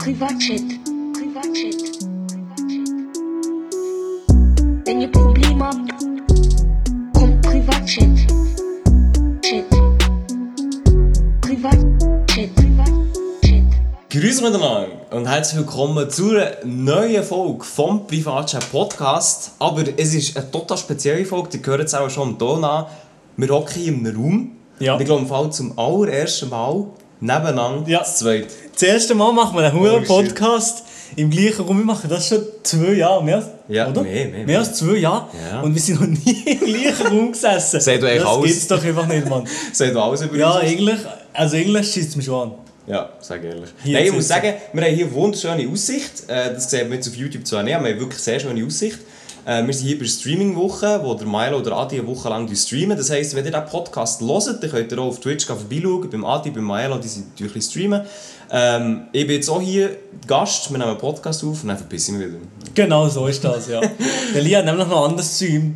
Privatchat. Wenn ihr Probleme habt, kommt Privatchat. Grüß miteinander und herzlich willkommen zu einer neuen Folge vom Privatchat Podcast. Aber es ist eine total spezielle Folge, die gehört jetzt auch schon am Ton an. Wir hocken hier in einem Raum. Ja. Und ich glaube, im Fall zum allerersten Mal nebeneinander Ja. zu zweit. Das erste Mal machen wir einen hohen Podcast im gleichen Raum. Wir machen das schon 2 Jahre, mehr, Ja, oder? mehr. Mehr als 2 Jahre. Ja. Und wir sind noch nie im gleichen Raum gesessen. Seht ihr eigentlich das alles? gibt's doch einfach nicht, Mann. Seht ihr alles über Ja, uns? Englisch schießt es mich schon an. Ja, sag ehrlich. Hier Nein, ich sitzen. muss sagen, wir haben hier eine wunderschöne Aussicht. Das sehen wir jetzt auf YouTube zwar nicht, aber wir haben wirklich sehr schöne Aussicht. Wir sind hier bei der Streaming-Woche, wo der Milo oder Adi eine Woche lang streamen. Das heisst, wenn ihr diesen Podcast hört, dann könnt ihr auch auf Twitch vorbeischauen. Beim Adi, beim Milo, die sind natürlich streamen. Ich bin jetzt auch hier Gast, wir nehmen einen Podcast auf und dann verpissen wir wieder. Genau so ist das, ja. Der Lia hat nämlich noch anderes Zeug im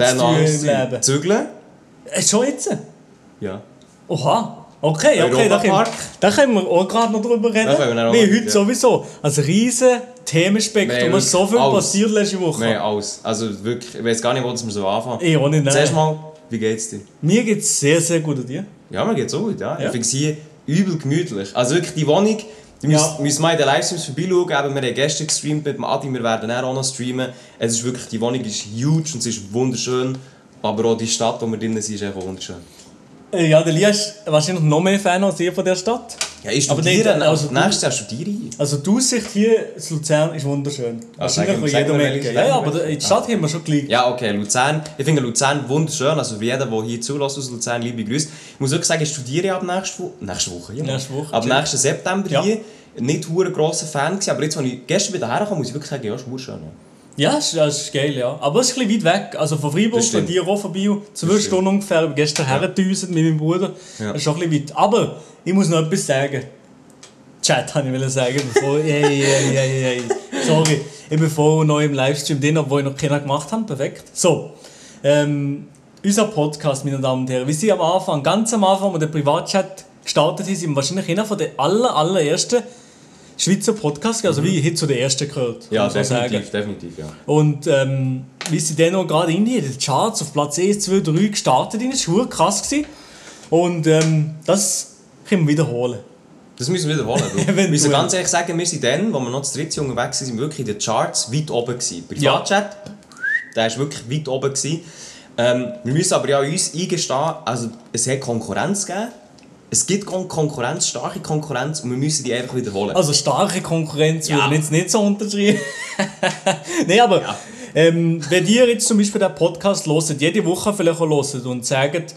Leben. Zügeln? Schon jetzt? Ja. Oha. Okay, Europapark. da können wir auch gerade noch drüber reden. Da können wir noch Wie reden, heute ja. sowieso. Also riesen Themenspektrum, Wir so viel alles. passiert letzte Woche. Nein, alles. Also wirklich, ich weiß gar nicht, wo wir so anfangen. Ich auch nicht, nein. Zuerst mal, wie geht's dir? Mir geht es sehr, sehr gut an dir. Ja, mir geht's auch gut, ja. Ja. Ich finde es hier übel gemütlich. Also wirklich, die Wohnung, die müssen mal in den Livestreams vorbeischauen. Wir haben gestern gestreamt mit dem Adi, wir werden auch noch streamen. Es ist wirklich, die Wohnung ist huge und es ist wunderschön. Aber auch die Stadt, wo wir drin sind, ist einfach wunderschön. Ja, der Lia ist wahrscheinlich noch mehr Fan als ihr von der Stadt. Ja, ich Aber studiere, nicht- also nächstes Jahr studiere ich. Also die Aussicht hier in Luzern ist wunderschön. Wahrscheinlich von jedem Ecke. Ja, aber in die Stadt haben wir schon gelegt. Ja, okay, Luzern. Ich finde Luzern wunderschön. Also für jeden, der hier zulässt aus Luzern, liebe Grüße. Ich muss wirklich sagen, ich studiere ab nächste Woche. Ja, Nächste Woche, ab chill. nächsten September Ja. hier. Nicht ein grosser Fan gewesen, aber jetzt, als ich gestern wieder herkam, muss ich wirklich sagen, ja, ist wunderschön. Ja. Ja, das ist geil, ja. Aber es ist ein bisschen weit weg. Also von Freiburg, Das von stimmt. dir auch vorbei. 2 Stunden ungefähr. Ich bin gestern hergedüset mit meinem Bruder. Ja. Das ist schon ein bisschen weit. Aber ich muss noch etwas sagen. Chat, wollte ich sagen, bevor... Hey. Sorry. Ich bin vorher noch im Livestream drin, obwohl ich noch keiner gemacht habe. Perfekt. So. Unser Podcast, meine Damen und Herren. Wir sind am Anfang, ganz am Anfang, wo der Privatchat gestartet ist, sind wir wahrscheinlich einer von den allerersten Schweizer Podcasts, also wie heute zu den ersten gehört. Ja, kann man so sagen. definitiv, ja. Und wie sie dann noch gerade in den Charts auf Platz 1, 2, 3 gestartet sind, das war krass gewesen. Und das können wir wiederholen. Das müssen wir wiederholen. Wir Eventuell. müssen ganz ehrlich sagen, wir sind dann, als wir noch zu dritt unterwegs waren, sind wir wirklich in den Charts weit oben gewesen. Privatchat, der war wirklich weit oben gewesen. Wir müssen aber ja uns eingestehen, also es hat Konkurrenz gegeben. Es gibt Konkurrenz, starke Konkurrenz und wir müssen die einfach wiederholen. Also starke Konkurrenz Ja. würde ich jetzt nicht so unterschreiben. Nein, aber Ja. wenn ihr jetzt zum Beispiel den Podcast hört, jede Woche vielleicht auch hört und sagt,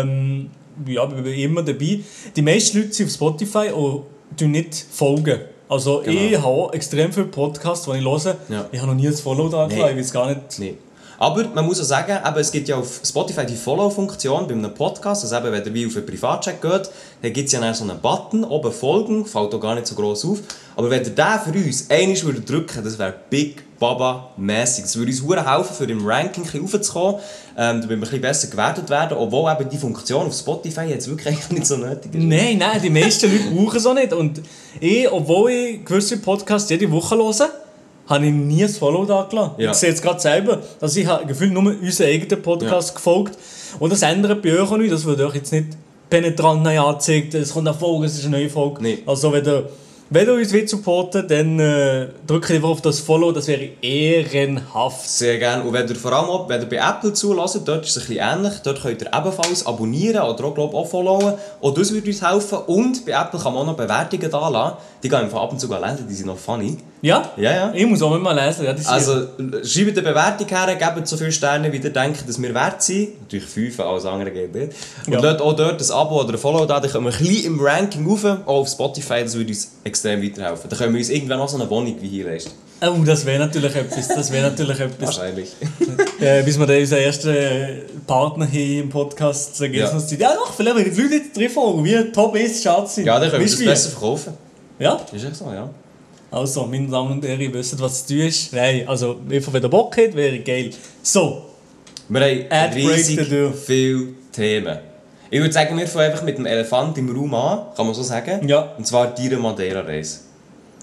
ja, ich bin immer dabei, die meisten Leute sind auf Spotify und nicht folgen. Also Genau. ich habe extrem viele Podcasts, die ich höre. Ja. Ich habe noch nie ein Follow da Nee. gelassen, ich weiß gar nicht. Nee. Aber man muss auch sagen, eben, es gibt ja auf Spotify die Follow-Funktion bei einem Podcast. Also eben, wenn ihr wie auf einen Privatchat geht, dann gibt es ja dann so einen Button, oben folgen, fällt auch gar nicht so gross auf. Aber wenn ihr den für uns einmal drücken würdet, das wäre Big Baba-mässig. Das würde uns verdammt helfen, für im Ranking ein bisschen raufzukommen, damit wir ein bisschen besser gewertet werden, obwohl eben die Funktion auf Spotify jetzt wirklich eigentlich nicht so nötig ist. Nein, die meisten Leute brauchen es auch nicht. Und ich, obwohl ich gewisse Podcasts jede Woche höre, habe ich nie ein Follow da gelassen. Ja. Ich sehe jetzt gerade selber, dass ich gefühlt nur unseren eigenen Podcast gefolgt. Und das ändert bei euch auch nicht. Das wird euch jetzt nicht penetrant angezeigt. Es kommt eine Folge, es ist eine neue Folge. Nee. Also wenn ihr uns supporten wollt, dann drückt einfach auf das Follow. Das wäre ehrenhaft. Sehr gerne. Und wenn ihr vor allem auch, wenn ihr bei Apple zulässt, dort ist es ein bisschen ähnlich. Dort könnt ihr ebenfalls abonnieren oder auch, glaube ich, auch followen. Auch das würde uns helfen. Und bei Apple kann man auch noch Bewertungen da lassen. Die gehen einfach ab und zu lesen, die sind noch funny. Ja? Ja. Ich muss auch mal lesen. Ja, das ist Also schreibt eine Bewertung her, gebt so viele Sterne, wie ihr denkt, dass wir wert sind. Natürlich 5, alles andere geht nicht. Und Ja. lasst auch dort ein Abo oder ein Follow da, dann können wir ein bisschen im Ranking rauf, auch auf Spotify, das würde uns extrem weiterhelfen. Dann können wir uns irgendwann noch so eine Wohnung wie hier leisten. Oh, das wäre natürlich etwas. Wahrscheinlich. Bis wir dann unseren ersten Partner hier im Podcast sagen, Ja. ja doch, vielleicht wenn die Leute jetzt drin folgen, wie Top ist, Schatz. Ja, dann können wir Weißt es du wie? besser verkaufen. Ja, Ist echt so, ja. also, meine Damen und Herren, ihr wisst, was zu tun ist. Nein, also, einfach wenn ihr Bock habt, wäre geil. So, Wir haben Ad break the door. riesig viele Themen. Ich würde sagen, wir fangen einfach mit dem Elefant im Raum an, kann man so sagen. Ja. Und zwar deine Madeira-Reise.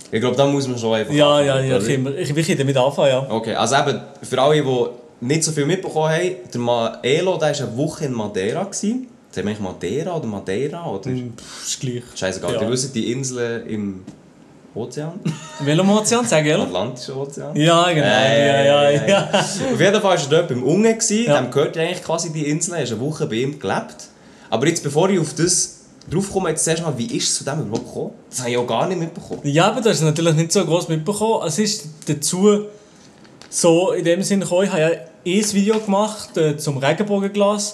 Ich glaube, da muss man schon einfach Ja, anfangen, oder? ich will damit anfangen, ja. Okay, also eben, für alle, die nicht so viel mitbekommen haben, der Elo, der war eine Woche in Madeira. Sagt man eigentlich Madeira oder Madeira? Oder? Ist gleich. Scheißegal, Ja. ihr wisst, die Inseln im Ozean? Welcher Ozean, sag ich? Atlantischen Ozean? Ja, genau. Ja. Auf jeden Fall war er dort beim Unge, Ja. dem gehört ja eigentlich quasi die Insel, er hat eine Woche bei ihm gelebt. Aber jetzt, bevor ich auf das drauf komme, jetzt zuerst mal, wie ist es zu dem überhaupt gekommen? Das habe ich auch gar nicht mitbekommen. Ja, aber das ist natürlich nicht so gross mitbekommen. Es ist dazu so in dem Sinne gekommen, ich habe ja ein Video gemacht zum Regenbogenglas,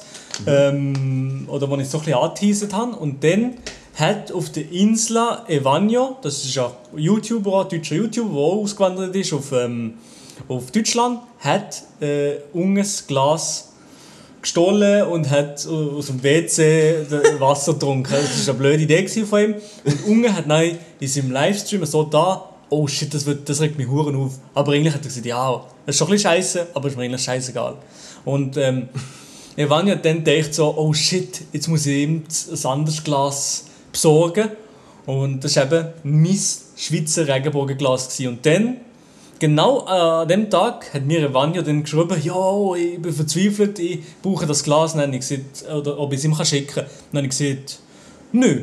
oder wo ich so ein bisschen angeteasert habe. Und dann hat auf der Insel Evanio, das ist ein YouTuber, ein deutscher YouTuber, der auch ausgewandert ist auf Deutschland, hat Unges Glas gestohlen und hat aus dem WC Wasser getrunken. Das war eine blöde Idee von ihm. Und Unge hat dann in seinem Livestream so da, oh shit, das regt mich huren auf. Aber eigentlich hat er gesagt, ja, das ist schon ein bisschen scheiße, aber ist mir eigentlich scheißegal. Und Evanio hat dann gedacht so, oh shit, jetzt muss ich ihm ein anderes Glas besorgen. Und das war eben mein Schweizer Regenbogenglas gewesen. Und dann, genau an dem Tag, hat mir Evanio dann geschrieben, ja, ich bin verzweifelt, ich brauche das Glas. Dann habe ich gesagt, oder ob ich es ihm schicken kann. Dann habe ich gesagt, nö.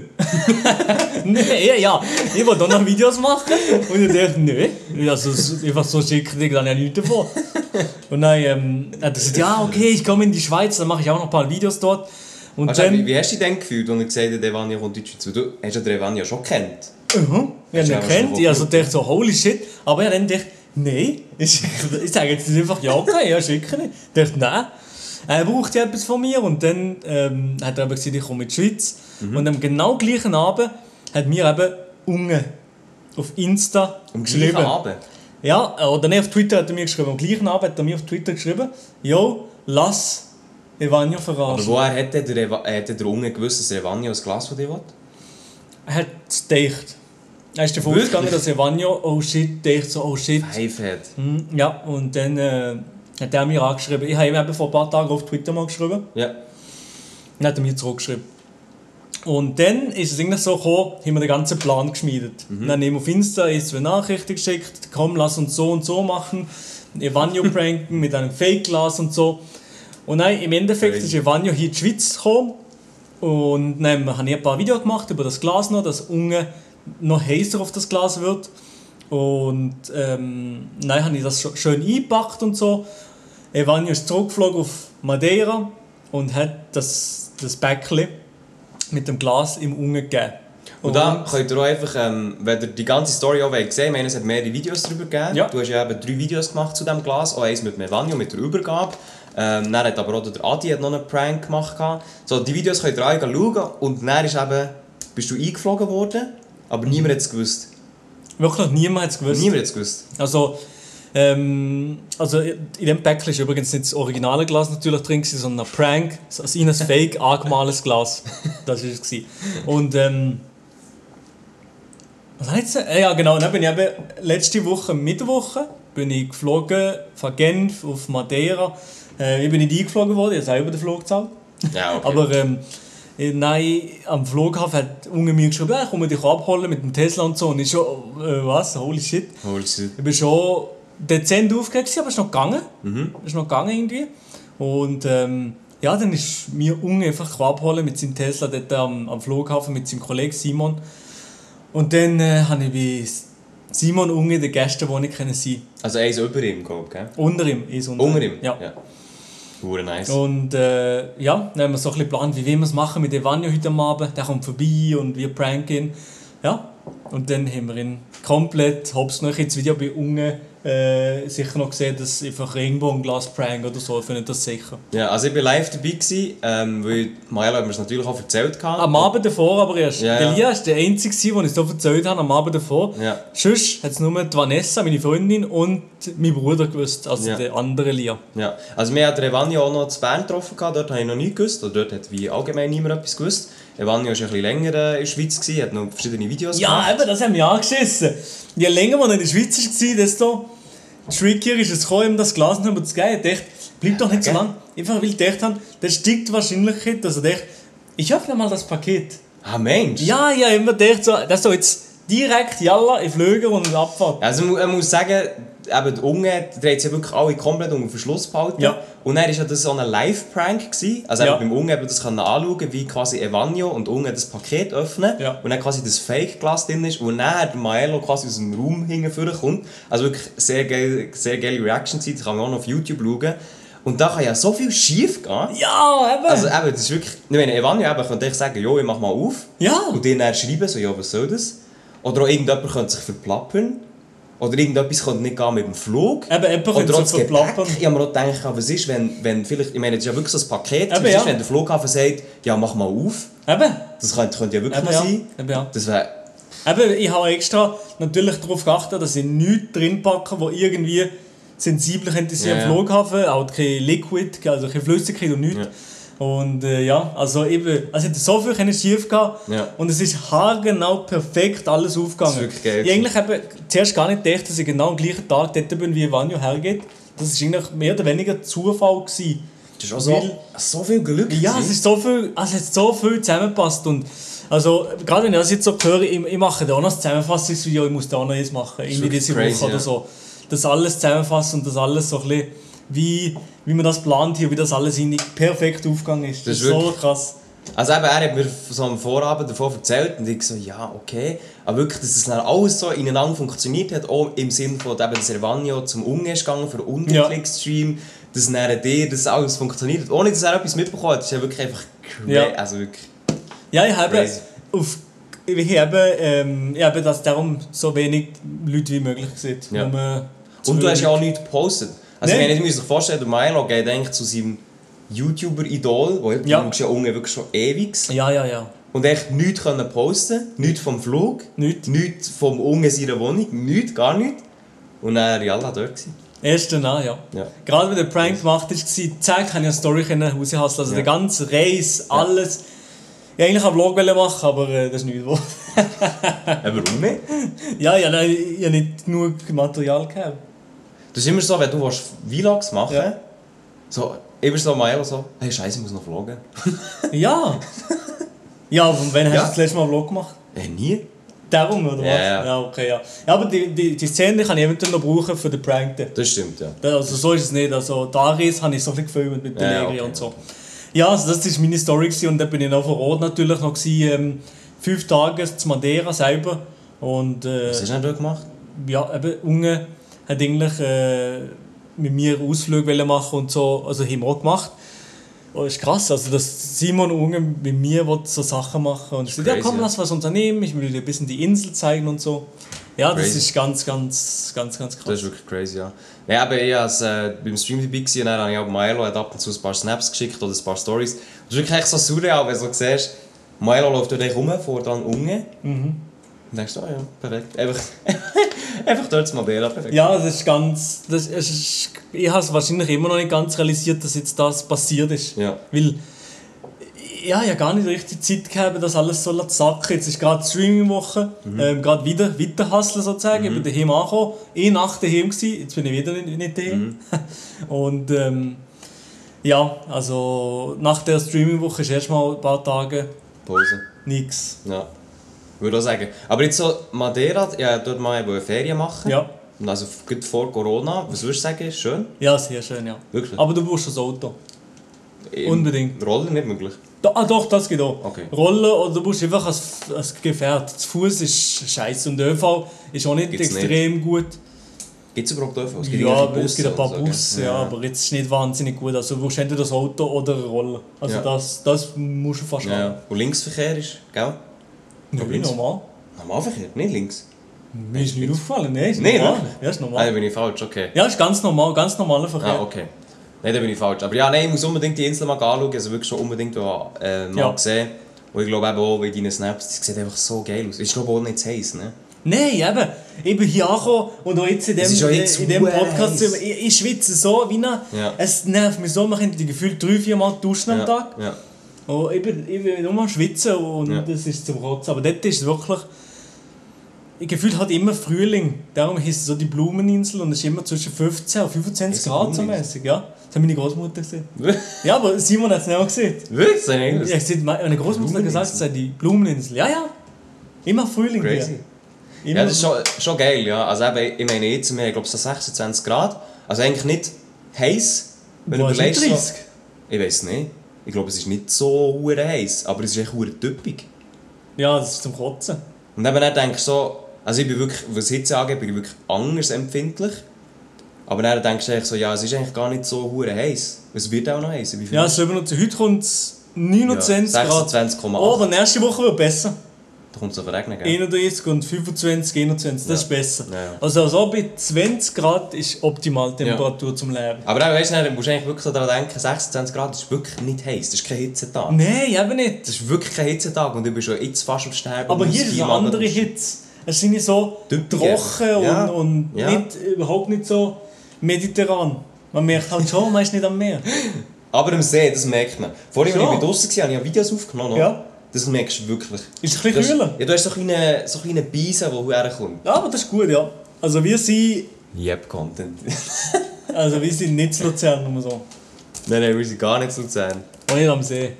Nee, ja, ich will da noch Videos machen. Und ich dachte, nö. Also, einfach so schicken, ich dann ja nichts davon. Und dann hat er gesagt, ja, okay, ich komme in die Schweiz, dann mache ich auch noch ein paar Videos dort. Und Also, dann, wie hast du dich denn gefühlt, als er gesagt hat, Evanio kommt in die Schweiz? Weil du hast ja den Evanio schon gekannt. ich habe ihn ja kennt, schon ich also gut. dachte so, holy shit. Aber ich habe dann gedacht, nein, ich sage jetzt einfach, ja, okay, ja, schicke ich. Ich dachte, nein, er braucht ja etwas von mir. Und dann hat er aber gesagt, ich komme in die Schweiz. Und am genau gleichen Abend hat mir eben Unge auf Insta Am geschrieben. gleichen Abend. Ja, oder nicht auf Twitter hat er mir geschrieben. Am gleichen Abend hat er mir auf Twitter geschrieben, yo, lass Evanio Aber verarschen. woher hat der Unge gewusst, dass Evanio ein Glas von dir will? Er hat es gedacht. Er ist davon Wirklich? ausgegangen, dass Evanio, oh shit, denkt so, oh shit. Pfeifhead. Ja, und dann hat er mir angeschrieben. Ich habe ihm eben vor ein paar Tagen auf Twitter mal geschrieben. Ja. Dann hat er mir zurückgeschrieben. Und dann ist es irgendwie so gekommen, haben wir den ganzen Plan geschmiedet. Dann haben wir ihm auf Insta 2 Nachrichten geschickt, komm, lass uns so und so machen. Evanio pranken mit einem Fake-Glas und so. Und dann im Endeffekt ist Evanio hier in die Schweiz gekommen. Und dann habe ich ein paar Videos gemacht über das Glas noch, dass Unge noch heißer auf das Glas wird. Und dann habe ich das schön eingepackt und so. Evanio ist zurückgeflogen auf Madeira und hat das Päckchen mit dem Glas im Unge gegeben. Und dann könnt ihr auch einfach, wenn ihr die ganze Story auch sehen wollt, ich meine, es hat mehrere Videos darüber gegeben. Ja. Du hast ja eben 3 Videos gemacht zu diesem Glas, auch eins mit Evanio, mit der Übergabe. Dann hat aber auch der Adi hat noch einen Prank gemacht. So, die Videos könnt ihr alle schauen und dann bist du eingeflogen worden, aber niemand hat es gewusst. Wirklich, niemand hat es gewusst. Niemand hat es gewusst. Also in dem Päckchen ist übrigens nicht das originale Glas natürlich drin, sondern ein Prank, also ein fake angemaltes Glas. Das war es. Und was habe ich jetzt? Ja genau, dann bin ich eben letzte Woche, Mittwoch, bin ich geflogen von Genf auf Madeira. Ich bin nicht eingeflogen worden, ich habe selber den Flug gezahlt. Ja, okay. Aber nein, am Flughafen hat Unge mir geschrieben, ja, ich komme dich abholen mit dem Tesla und so. Und ich schon, was? Holy shit. Holy shit. Ich bin schon dezent aufgeregt, aber es ist noch gegangen. Es ist noch gegangen irgendwie. Und ja, dann ist mir Unge einfach abholen mit seinem Tesla dort am Flughafen mit seinem Kollegen Simon. Und dann habe ich bei Simon Unge, der Gästewohnung, sein. Also eins über ihm, glaube ich, gell? Unter ihm. Ist Unter ihm? Ja. Hure nice. Und ja, dann haben wir so ein bisschen geplant, wie wir es machen mit Evanio heute Abend. Der kommt vorbei und wir pranken ihn. Ja, und dann haben wir ihn komplett hops noch ins Video bei Unge sicher noch gesehen, dass einfach irgendwo ein Glas prank oder so, ich finde das sicher. Ja, also ich war live dabei gewesen, weil Maela hat mir es natürlich auch erzählt. Am Abend davor aber erst. Ja, Der ja. Lia ist der Einzige, den ich so erzählt habe, am Abend davor. Ja. Sonst hat es nur die Vanessa, meine Freundin, und mein Bruder gewusst, also Ja. der andere Lia. Ja, also wir hatten Evanio auch noch zu Bern getroffen, dort habe ich noch nicht gewusst, oder dort hat wie allgemein niemand etwas gewusst. Evanio war ein bisschen länger in der Schweiz, hat noch verschiedene Videos Ja, gemacht. eben, das haben wir angeschissen. Je länger man in der Schweiz war, desto trickier ist es gekommen, ihm das Glas noch zu geben. Ich dachte, bleib doch nicht so Okay. lang. Einfach weil ich gedacht habe, der steigt die Wahrscheinlichkeit, dass er denkt, ich öffne mal das Paket. Ah Mensch! Ja, ich habe immer gedacht, so, das ist doch jetzt direkt Jalla in Flüger und Abfahrt. Also man muss sagen, eben die Unge dreht sich wirklich alle komplett unter Verschluss behalten. Ja. Und dann war ja das so ein Live-Prank gewesen. Also Ja. eben beim Unge haben wir das anschauen, wie quasi Evanio und Unge das Paket öffnen. Ja. Und dann quasi das Fake-Glas drin ist. Und dann der Maelo quasi aus dem Raum hinten kommt. Also wirklich sehr geile Reaction-Zeit. Das kann man auch noch auf YouTube schauen. Und da kann ja so viel schief gehen. Ja, eben. Also eben, das ist wirklich... Ich meine, Evanio eben könnte ich sagen, jo, ich mach mal auf. Ja. Und dann schreiben, so, ja, was soll das? Oder auch irgendjemand könnte sich verplappern. Oder irgendetwas könnte nicht gehen mit dem Flug. Eben, jemand Oder könnte auch sich das Gepäck. verplappern. Ich habe mir auch gedacht, was ist, wenn vielleicht... Ich meine, das ist ja wirklich so ein Paket. Eben, Was ja. ist, wenn der Flughafen sagt, ja, mach mal auf. Eben. Das könnte ja wirklich Eben, mal ja. sein. Eben, ja. Das wäre... Eben, ich habe extra natürlich darauf geachtet, dass ich nichts drin packe, wo irgendwie sensibel könnte sein Ja, am ja. Flughafen. Auch kein Liquid, also keine Flüssigkeit und nichts. Ja. Und ja, also eben, es hätte so viel schief gehen Ja. und es ist haargenau perfekt alles aufgegangen. Das ist wirklich geil Ich eigentlich eben zuerst gar nicht gedacht, dass ich genau am gleichen Tag dort bin, wie Vanjo hergeht. Das war eigentlich mehr oder weniger Zufall gewesen. Das ist auch so viel Glück. Ja, es ist so viel, also es hat so viel zusammengepasst und also, gerade wenn ich das jetzt so höre, ich mache da auch noch das Zusammenfassungsvideo, ich muss da auch noch eins machen, irgendwie wirklich diese crazy, Woche oder ja. so. Das alles zusammenfassen und das alles so ein bisschen, wie man das plant hier, wie das alles in perfekt aufgegangen ist. Das Das ist ist so wirklich- krass. Also eben, er hat mir so am Vorabend davon erzählt und ich so, ja, okay. Aber wirklich, dass das dann alles so ineinander funktioniert hat, auch im Sinne von, eben, dass Evanio zum Unge ist gegangen für den Unterklick-Stream, dass dann dir das alles funktioniert hat, ohne dass er etwas mitbekommen hat. Das ist ja wirklich einfach Ja. Also wirklich Ja, ich habe crazy. ich habe das darum so wenig Leute wie möglich gesehen. Ja. Nur Und du hast ja auch nichts gepostet. Also Nein. ich meine, du musst dir vorstellen, der Milo geht eigentlich zu seinem YouTuber-Idol, wo Ja. du ja Unge wirklich schon ewig. Ja. Und echt nichts können posten, nichts vom Flug, Nichts. vom Unge seiner Wohnung, nichts, gar nichts. Und dann war Jalla dort. Gewesen. Erst danach, ja. Ja. Gerade wenn der Prank gemacht war, zack, habe ich eine Story raushasseln. Also Ja. die ganze Reise, alles. Ich wollte eigentlich einen Vlog machen, aber das ist nicht geworden. Warum nicht? Ja, ich habe nicht genug Material gehabt. Das ist immer so, wenn du Vlogs machen Ja. so, immer so Milo so, hey Scheiße, ich muss noch vloggen. Ja. Ja, aber wann hast Ja. du das letzte Mal einen Vlog gemacht? Nie? Darum, oder was? Ja. Ja, okay, ja. Ja, aber die Szene kann ich eventuell noch brauchen für den Prank. Das stimmt, ja. Also so ist es nicht. Also Daris habe ich so viel gefilmt mit der Ja, Legri okay. und so. Ja, also das war meine Story gewesen. Und dann bin ich noch vor Ort natürlich noch gewesen, 5 Tage zu Madeira selber. Und Was hast du denn dort gemacht? ja, eben, Unge hat eigentlich mit mir Ausflüge machen und so, also haben wir auch gemacht. Oh, ist krass, also dass Simon Unge mit mir so Sachen machen und ich so, ja crazy, komm, ja. lass was unternehmen, ich will dir ein bisschen die Insel zeigen und so. Ja, das Crazy. ist ganz krass. Das ist wirklich crazy, ja. Ja, aber ich war beim Stream dabei gewesen, und dann habe ich auch Milo hat ab und zu ein paar Snaps geschickt oder ein paar Stories. Das ist wirklich echt so surreal, wenn du so siehst, Milo läuft dort rum, vor dran Unge. Und denkst du, ja, perfekt. Einfach dort zu Madeira, perfekt. Ja, das ist ganz. Ich habe es wahrscheinlich immer noch nicht ganz realisiert, dass jetzt das passiert ist. Ja. Weil ich habe gar nicht richtig Zeit gehabt, das alles so zu sacken. Jetzt ist gerade Streaming-Woche, gerade wieder weiterhasseln sozusagen. Ich bin daheim angekommen, Nacht daheim gewesen, jetzt bin ich wieder nicht daheim. Und ja, also nach der Streaming-Woche ist erstmal ein paar Tage Pause. nichts. Ja. Würde auch sagen. Aber jetzt so Madeira, ja, dort mal eine Ferien machen. Ja. Und also gut vor Corona, was würdest du sagen, ist schön? Ja, sehr schön, ja. Wirklich? Aber du brauchst das Auto. Im Unbedingt. Roller nicht möglich. Doch, das geht auch. Okay. Rollen oder du musst einfach als Gefährt. Zu Fuß ist scheiße und der ÖV ist auch nicht Gibt's extrem gut. Gibt es überhaupt ÖV? Ja, es gibt ein paar oder so, Busse, gell? ja, aber jetzt ist nicht wahnsinnig gut. Also du brauchst entweder das Auto oder eine Rolle. Also Ja. das musst du fast Ja, ja. Und Linksverkehr ist, gell? Nein, links. normal. Normalverkehr, nicht links. Mir ist nicht aufgefallen, nein, ist Nein, normal. wirklich? Ja, ist Ah, da normal. bin ich falsch, okay. Ja, ist ganz normal, ganz normaler Verkehr. Ah, okay. Nein, da bin ich falsch. Aber ja, nein, ich muss unbedingt die Insel mal anschauen. Also wirklich schon unbedingt mal Ja. sehen. Und ich glaube eben auch, wie deine Snaps, das sieht einfach so geil aus. Ist glaube ich auch nicht zu heiß, ne? Nein, eben. Ich bin hier angekommen und auch jetzt in Es ist ja jetzt dem Podcast, heiß. ich schwitze so wie eine, Ja. es nervt mich so, man könnte gefühlt 3-4 Mal duschen am Ja, Tag. ja. Oh, ich bin nur am Schwitzen und Ja. das ist zum Kotzen. Aber dort ist es wirklich. Ich gefühlt hat immer Frühling. Darum heisst es so die Blumeninsel und es ist immer zwischen 15 und 25 Ist die Grad so Blumeninsel? mäßig. Ja, das hat meine Großmutter gesehen. Ja, aber Simon hat es nicht auch gesehen. Wirklich? Das Ja, meine Großmutter hat gesagt, es sei die Blumeninsel. Ja, ja. Immer Frühling Crazy. hier. Immer Ja, das ist schon geil, ja. Also eben, ich meine jetzt, wir haben glaube ich so 26 Grad. Also eigentlich nicht heiß. Wenn du Wo ist überlegst, nicht so, 30? ich weiß nicht. Ich glaube, es ist nicht so hure heiß, aber es ist echt hure typisch. Ja, das ist zum Kotzen. Und eben dann denkst du so, also ich bin wirklich, was Hitze angeht, bin ich wirklich anders empfindlich. Aber dann denkst du eigentlich so, ja, es ist eigentlich gar nicht so hure heiß. Es wird auch noch heiß. Ja, es ist immer noch, heute kommt es 29 Grad. 26,8. Oh, aber nächste Woche wird besser. Da kommt es auf Regen, gell? 31 und 25, 21, das ist Ja. besser. Ja, ja. Also bei 20 Grad ist optimal Temperatur zum Leben. Aber dann, weißt du, musst du eigentlich wirklich so daran denken, 26 Grad ist wirklich nicht heiß. Das ist kein Hitzetag. Nein, eben nicht. Das ist wirklich kein Hitzetag und ich bin schon jetzt fast am Sterben. Aber und hier muss ist eine viermal andere duschen. Hitze. Es sind nicht so Typische. trocken Ja. und Ja. nicht, überhaupt nicht so mediterran. Man merkt halt schon, man ist nicht am Meer. Aber am See, das merkt man. Vorhin, als Schon. ich draußen war, habe ich Videos aufgenommen. Ja. Das merkst du wirklich. Ist ein bisschen kühler. Ja, du hast so kleine Beisen, die herkommt. Ja, aber das ist gut, ja. Also wir sind Yep-Content. nicht zu Luzern, nur so. Nein, wir sind gar nicht so Luzern. Und nicht am See.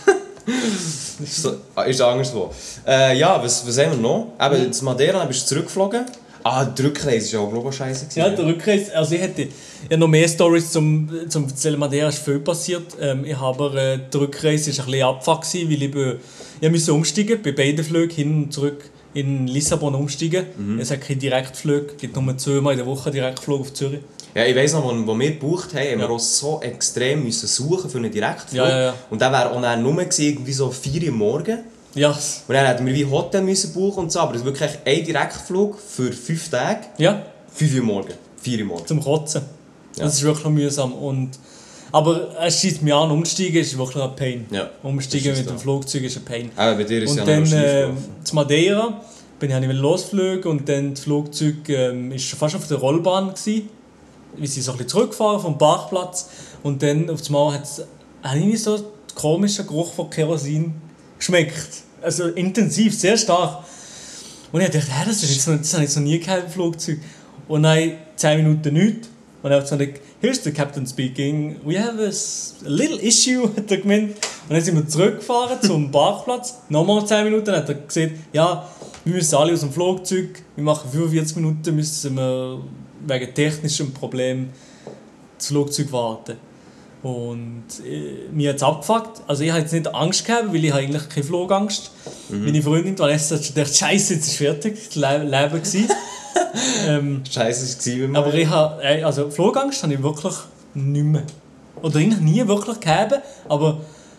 Ist anderswo. Ja, was haben wir noch? Eben, das Madeira, dann bist du zurückgeflogen. Ah, die Rückreise war auch, glaube ich, scheiße. Ja, der Rückreise, also ich hätte ja noch mehr Storys zum erzählen. Madeira ist viel passiert. Ich habe aber die Rückreise war ein bisschen Abfuck, weil ich musste umsteigen, bei beiden Flügen hin und zurück in Lissabon umsteigen. Es hat keine Direktflüge, es gibt nur 2-mal in der Woche Direktflug auf Zürich. Ja, ich weiss noch, wo wir gebucht haben, haben wir Ja. auch so extrem müssen suchen für einen Direktflug. Ja. Und der wäre auch dann nur gewesen, irgendwie so 4 Uhr morgens. Ja, Und dann hätten wir wie Hotel müssen buchen und so, aber das ist wirklich ein Direktflug für 5 Tage. ja, 5 Uhr morgens, 4 Uhr morgens. zum Kotzen. Ja. Das ist wirklich mühsam. Aber es schießt mich an, umsteigen ist wirklich ein Pain. Ja, Umsteigen das ist mit dem so. Flugzeug ist ein Pain. Aber bei dir ist es ja Und noch dann schief gelaufen. zu Madeira habe ich losgeflogen und dann das Flugzeug ist fast auf der Rollbahn gewesen. Wir sind so ein bisschen zurückgefahren vom Parkplatz und dann auf einmal hat es irgendwie so einen komischen Geruch von Kerosin geschmeckt. Also intensiv, sehr stark. Und ich dachte, das habe ich jetzt noch nie gehabt im Flugzeug. Und dann 10 Minuten nichts. Und dann hat er gesagt, here's the captain speaking, we have a little issue, hat er gemeint. Und dann sind wir zurückgefahren zum Parkplatz. Nochmal 10 Minuten hat er gesagt, ja, wir müssen alle aus dem Flugzeug, wir machen 45 Minuten, müssen wir wegen technischem Problem das Flugzeug warten. Und mir hat es abgefuckt. Also ich habe jetzt nicht Angst gehabt, weil ich habe eigentlich keine Flugangst. Meine Freundin Vanessa hat gedacht, Scheiße, jetzt ist fertig, das Leben gewesen. Scheiße, es war bei mir. Aber ich habe, also Flugangst habe ich wirklich nicht mehr. Oder eigentlich nie wirklich gehabt, aber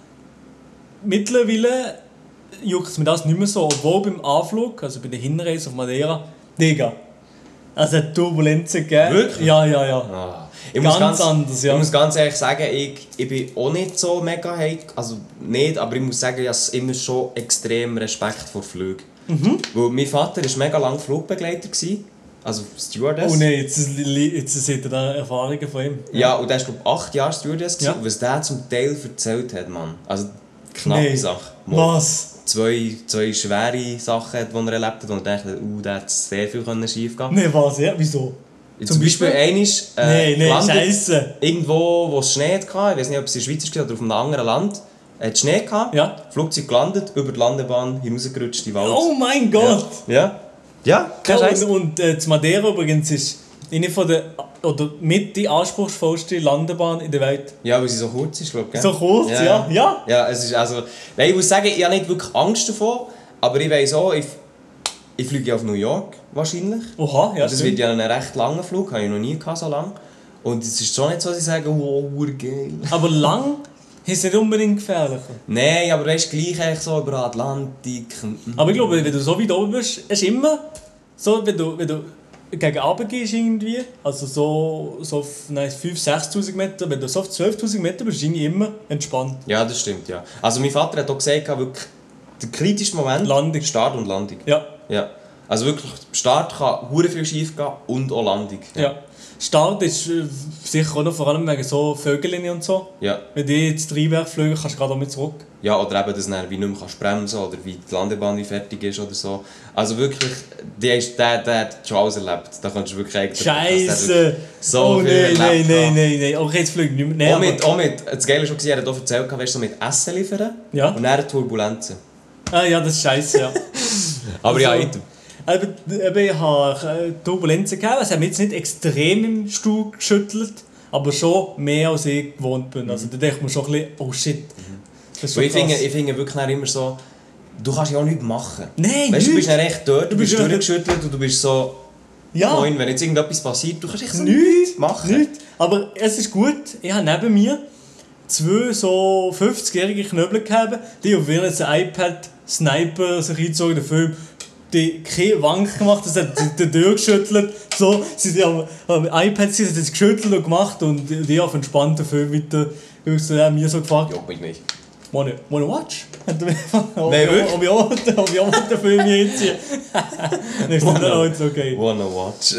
mittlerweile juckt es mir das nicht mehr so. Obwohl beim Anflug, also bei der Hinreise auf Madeira, Digga, also es hat Turbulenzen gegeben. Wirklich? Ja. Ah. Ich Ganz anders, ja. Ich muss ganz ehrlich sagen, ich bin auch nicht so mega hate, also nicht, aber ich muss sagen, ich habe immer schon extrem Respekt vor Flügen. Weil mein Vater war mega lange Flugbegleiter, also Stewardess. Oh nein, jetzt seht ihr da Erfahrungen von ihm. Ja, und der war glaube ich 8 Jahre Stewardess. Ja. Und was der zum Teil erzählt hat, Mann. Also knappe Nee. Sache. Mal Was? Zwei schwere Sachen, die er erlebt hat, und ich dachte, da hätte sehr viel schief gehen. Nein, was? Ja, wieso? Zum Beispiel einer ist Nein, gelandet, Scheiße. irgendwo, wo es Schnee hatte, ich weiß nicht, ob es in der Schweiz war oder auf einem anderen Land, hat Schnee gehabt, Ja. Flugzeug gelandet, über die Landebahn hinausgerutscht in den Wald. Oh mein Gott! Ja. Ja, kein Scheiß. Und das Madeira übrigens ist eine von der, oder mit die anspruchsvollste Landebahn in der Welt. Ja, weil sie so kurz ist, glaube ich. So kurz, ja. Ja, es ist also... Nein, ich muss sagen, ich habe nicht wirklich Angst davor, aber ich weiss auch, ich fliege auf New York wahrscheinlich. Oha, ja. Und das wird ja ein recht langer Flug, habe ich noch nie gehabt, so lang. Und es ist schon nicht so, dass ich sage, wow, geil. Aber lang ist nicht unbedingt gefährlicher. Nein, aber weißt du, gleich eigentlich so über den Atlantik. Aber ich glaube, wenn du so weit oben bist, ist immer so, wenn du gegen Abend gehst irgendwie, also so auf 5'000, 6'000 Meter, wenn du so auf 12'000 Meter bist, ist irgendwie immer entspannt. Ja, das stimmt, ja. Also mein Vater hat auch gesagt, wirklich der kritischste Moment, Landung. Start und Landung. Ja. Ja. Also wirklich, Start kann hure viel schief gehen und auch Landung. Ja. Start ist sicher auch noch vor allem wegen so Vögeln und so. Ja. Wenn die ins Triebwerk fliegen, kannst du gerade auch mit zurück. Ja, oder eben, dass du dann wie nicht mehr bremsen kannst oder wie die Landebahn wie fertig ist oder so. Also wirklich, der hat schon alles erlebt. Da kannst du wirklich eigentlich... Scheiße! So Oh viel nein, erlebt. nein. Okay, jetzt fliegen nicht mehr. Nee, Auch mit, das Geile war schon, er hat auch erzählt, weißt du, so mit Essen liefern Ja. und dann Turbulenzen. ja, das ist scheiße, ja. Aber ja, Also, item. Ich habe Turbulenzen gehabt. Es hat mich jetzt nicht extrem im Stuhl geschüttelt, aber schon mehr als ich gewohnt bin. Also da denkt man schon ein bisschen, oh shit. Das ist schon Ich finde wirklich dann immer so, du kannst ja auch nichts machen. Nein, weißt, du bist nichts. dann echt dort, du bist ja durchgeschüttelt und du bist so... Ja. Moin, wenn jetzt irgendetwas passiert, du kannst echt so Nichts machen. Nichts. Aber es ist gut, ich habe neben mir 2 so 50-jährige Knöbel gehabt, die auf ihren iPad-Sniper sich eingezogen, den Film, die keine Wank gemacht, das hat die Tür geschüttelt. So, sie haben am iPad sie hat das geschüttelt und gemacht und die auf entspannten Film weiter. Ich habe mir so gefragt, Ja, ich nicht. wanna watch? Nein, wirklich? Ob ich auch den Film hier hinziehe. Dann ist dann auch jetzt okay. Wanna watch.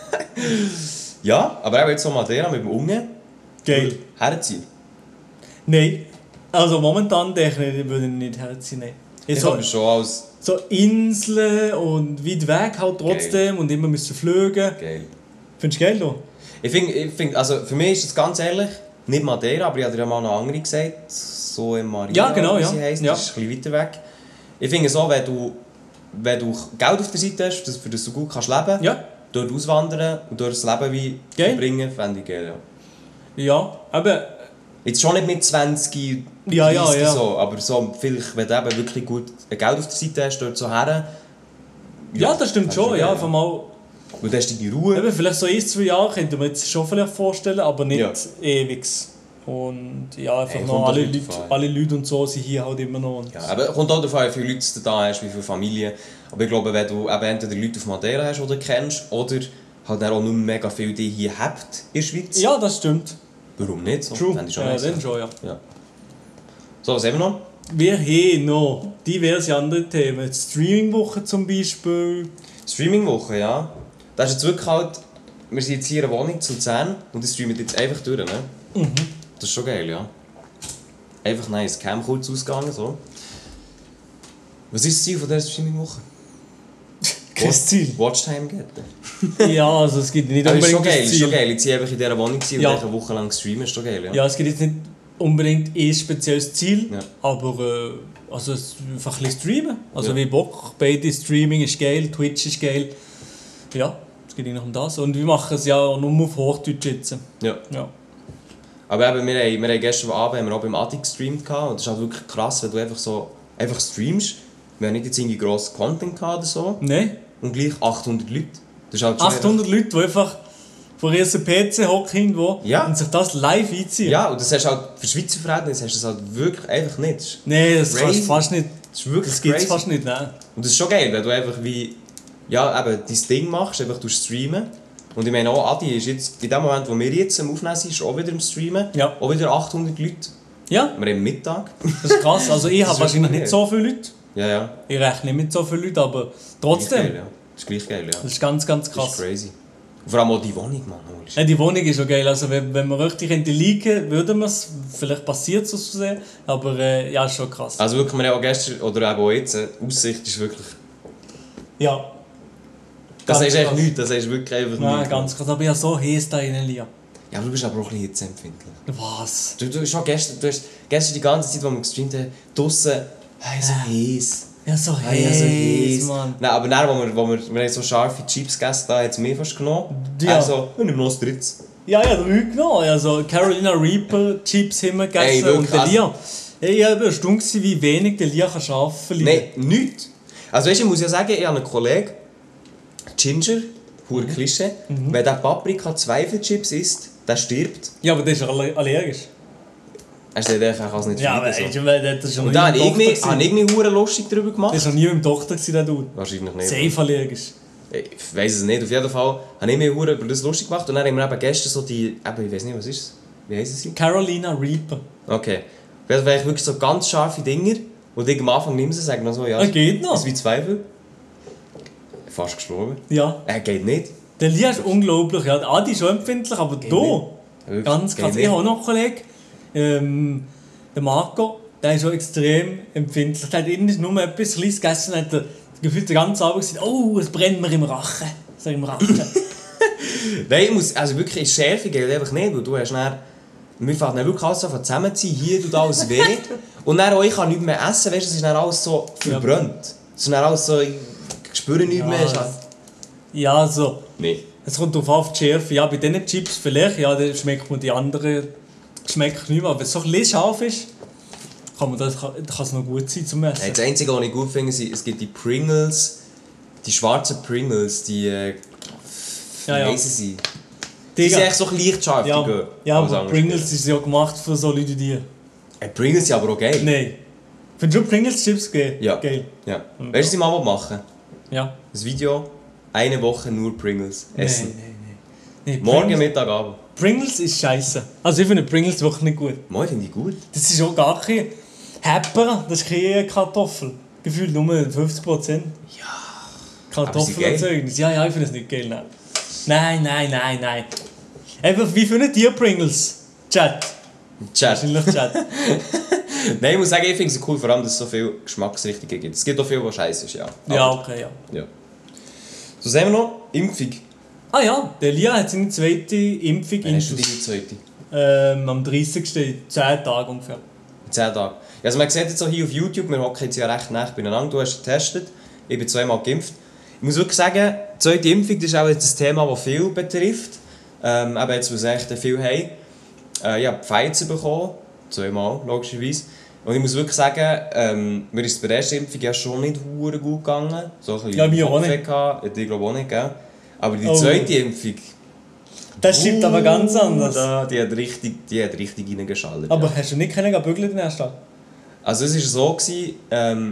Ja, aber auch jetzt so Madeira mit dem Unge. Geil. Herziehen. Nein, also momentan denke ich, würde ich nicht herziehen. Nein. Ich so, habe schon als... so Inseln und weit weg halt trotzdem und immer müssen fliegen. Geil. Findest du geil, da? Ich find, also für mich ist es ganz ehrlich, nicht Madeira, aber ich habe dir ja mal noch andere gesagt. So in Maria, Ja, genau, wie ja. sie heisst, Ja. das ist ein bisschen weiter weg. Ich finde so, wenn du Geld auf der Seite hast, für das du gut kannst leben, Ja. dort auswandern und dort das Leben wie Geil. verbringen, fände ich geil, ja. Ja, aber... Jetzt schon nicht mit 20, Ja, 30 ja. so, aber so, vielleicht, wenn du eben wirklich gut Geld auf der Seite hast, dort so her. Ja, das stimmt fände ich schon, geil, ja. Einfach mal, Weil du hast deine Ruhe. eben, vielleicht so 1-2 Jahre könnte man jetzt schon vielleicht vorstellen, aber nicht Ja. ewig. Und ja, einfach Hey, noch kommt alle doch Leute, drauf an. alle Leute und so sind hier halt immer noch. Und Ja, aber kommt auch davon, wie viele Leute du da hast, wie viele Familien. Aber ich glaube, wenn du eben entweder Leute auf Madeira hast oder kennst, oder halt dann auch nur mega viel die hier habt in der Schweiz. ja, das stimmt. Warum nicht? So, True. fände ich schon Ja, nice. dann schon, ja. Ja. So, was haben wir noch? Wir haben noch diverse andere Themen. Die Streaming-Woche zum Beispiel. Streaming-Woche, ja. Das ist jetzt wirklich halt... Wir sind jetzt hier in einer Wohnung zu Luzern und ich streame jetzt einfach durch, ne? Das ist schon geil, ja. Einfach nice. Cam kurz ausgegangen, so. Was ist das Ziel von dieser Streaming-Woche? Kein Ziel. Watchtime geht. Ja, also es gibt nicht Das ist unbedingt schon geil, das ist Ziel. schon geil. Jetzt hier einfach in dieser Wohnung und Ja. eine Woche lang streamen, ist schon geil, ja. Ja, es gibt jetzt nicht unbedingt ein spezielles Ziel, Ja. aber also es einfach ein bisschen streamen. Also Ja. wie Bock, beide Streaming ist geil, Twitch ist geil. Ja, es geht eigentlich um das. Und wir machen es ja nur auf Hochdeutsch jetzt. Ja. Ja. Aber eben, wir haben gestern Abend haben wir auch beim Adi gestreamt gehabt, und das ist halt wirklich krass, wenn du einfach streamst. Wir haben nicht jetzt irgendwie grossen Content gehabt oder so. Nein, Und gleich 800 Leute. Das ist halt schon 800 Leute, die einfach vor ihrem PC hocken irgendwo Ja. und sich das live einziehen. Ja, und das hast du halt für Schweizer Verhältnisse hast du das halt wirklich einfach nicht. Das ist- Nein, das kannst Crazy. du fast nicht. Das ist wirklich Das gibt es crazy. fast nicht, nein. Und das ist schon geil, wenn du einfach wie, ja, eben dein Ding machst, einfach du streamen. Und ich meine auch, Adi ist jetzt, in dem Moment, wo wir jetzt am Aufnehmen sind, ist auch wieder am Streamen. Ja. Auch wieder 800 Leute. Ja, Wir haben Mittag. das ist krass. Also ich Das habe ist wahrscheinlich wirklich nicht so viele Leute. Ja, ja. Ich rechne nicht mit so vielen Leuten, aber Gleich trotzdem. geil, ja. Das ist gleich geil, ja. Das ist ganz, ganz Das krass. ist crazy. Und vor allem auch die Wohnung, Mann. Holy shit. Ja, die Wohnung ist schon geil. Also wenn wir richtig liegen, würden wir es. Vielleicht passiert es aus Versehen. Aber ja, ist schon krass. Also wirklich, wir haben auch gestern, oder eben auch jetzt, die Aussicht ist wirklich... Ja. Das Ganz ist echt krass. nichts, das ist wirklich einfach Nein, nichts. ganz krass. Aber ich habe so heiß da rein, Lia. Ja, aber du bist aber auch ein bisschen hitzeempfindlich. Was? Du hast schon gestern die ganze Zeit, wo wir gestreamt haben, draussen, hey, so heiß. Ja, so Hey, ja, so heiß, heiß. Mann. Nein, aber dann, wir haben so scharfe Chips gegessen, da hat es mir fast genommen. Ja. Also, ich nehme noch das drittes. Ja, ja, 3 genommen. Also Carolina Reaper Chips haben wir gegessen. Ey, wirklich, und der also- Lia. Ey, ich war erstaunt, wie wenig der Lia kann arbeiten kann. Nein, nichts. Also weißt du, ich muss ja sagen, ich habe einen Kollegen, Ginger, hure Klischee, wenn der Paprika-Zweifelchips isst, der stirbt. Ja, aber der ist allergisch. Er sagt einfach, er kann es nicht Ja, aber verleiden, ey, das ist so. schon Und da habe ich Doktor irgendwie gewesen. hure lustig darüber gemacht. Das war noch nie beim Doktor, der Dude. Wahrscheinlich nicht. Safe allergisch. Ich weiss es nicht. Auf jeden Fall habe ich mir hure über das lustig gemacht. Und dann haben wir eben gestern so die... Eben, ich weiß nicht, was ist es? Wie heissen sie? Carolina Reaper. Okay. Das wären wirklich so ganz scharfe Dinger. Und ich am Anfang nimm sie, sagen noch so, ja... Geht noch. Das ist wie Zweifel. Fast gestorben. Ja. Geht nicht. Der Lia ist unglaublich. Ja, der Adi ist schon empfindlich, aber Geht da nicht. Wirklich, ganz geht krass. nicht. Ich habe auch noch einen Kollegen, der Marco, der ist schon extrem empfindlich. Der hat irgendwie nur etwas Kleines gegessen und hat gefühlt den ganzen Abend gesagt, oh, es brennt mir im Rachen. Sag im Rachen. Nein, ich muss... Also wirklich, in Schärfe geht einfach nicht. Weil du hast dann... Wir fangen dann wirklich alles an zusammenziehen. Hier tut alles weh. Und dann auch ich kann nichts mehr essen. Weißt du, es ist dann alles so verbrannt. Es ist dann alles so... spüre nichts mehr. Ist halt... Ja, also... Nee. Es kommt darauf auf die Schärfe. Ja, bei diesen Chips vielleicht, ja, dann schmeckt man die anderen Geschmäcker nicht mehr. Aber wenn es so ein bisschen scharf ist, kann es noch gut sein zum Essen. Hey, das Einzige, was ich gut finde, ist, es gibt die Pringles, die schwarzen Pringles, die... wie heissen sie? Die sind echt so leicht scharf. Ja, aber Pringles ist ja gemacht für so Leute wie die. Hey, Pringles sind aber auch geil. Nein. Findest du Pringles Chips geil? Ja. Geil. Ja. Weißt du, was ich mal machen? Ja. Das Video, 1 Woche nur Pringles essen. Nein, Morgen, Mittag, Abend. Pringles ist scheiße. Also ich finde Pringles wirklich nicht gut. Moi, finde ich gut. Das ist auch gar kein Hepper, das ist keine Kartoffel. Gefühlt nur 50%. Ja. Kartoffelerzeugnis. Ja, ich finde es nicht geil. Nein. Einfach, wie finden die Pringles? Chat. Wahrscheinlich Chat. Nein, ich muss sagen, ich finde es cool, vor allem, dass es so viele Geschmacksrichtungen gibt. Es gibt auch viel, was scheiße ist, ja. Ja, okay, ja. So, sehen wir noch Impfung. Ah ja, der Lia hat seine zweite Impfung. Wann hast du deine zweite? Am 30. 10 Tage ungefähr. 10 Tage. Also man sieht jetzt auch hier auf YouTube, wir hocken jetzt ja recht nah beieinander, du hast getestet, ich bin 2-mal geimpft. Ich muss wirklich sagen, die zweite Impfung, das ist auch jetzt ein Thema, das viel betrifft. Eben jetzt, was echt viel haben. Ich habe Pfizer bekommen, 2-mal, logischerweise. Und ich muss wirklich sagen, mir ist bei der ersten Impfung ja schon nicht verdammt gut gegangen. So ein bisschen mir auch nicht. Ich glaube auch nicht, gell? Aber die zweite Impfung... Das stimmt aber ganz anders. Die hat richtig reingeschaltet. Aber ja. hast du nicht bügeln den ersten Tag? Also es war so, ich hatte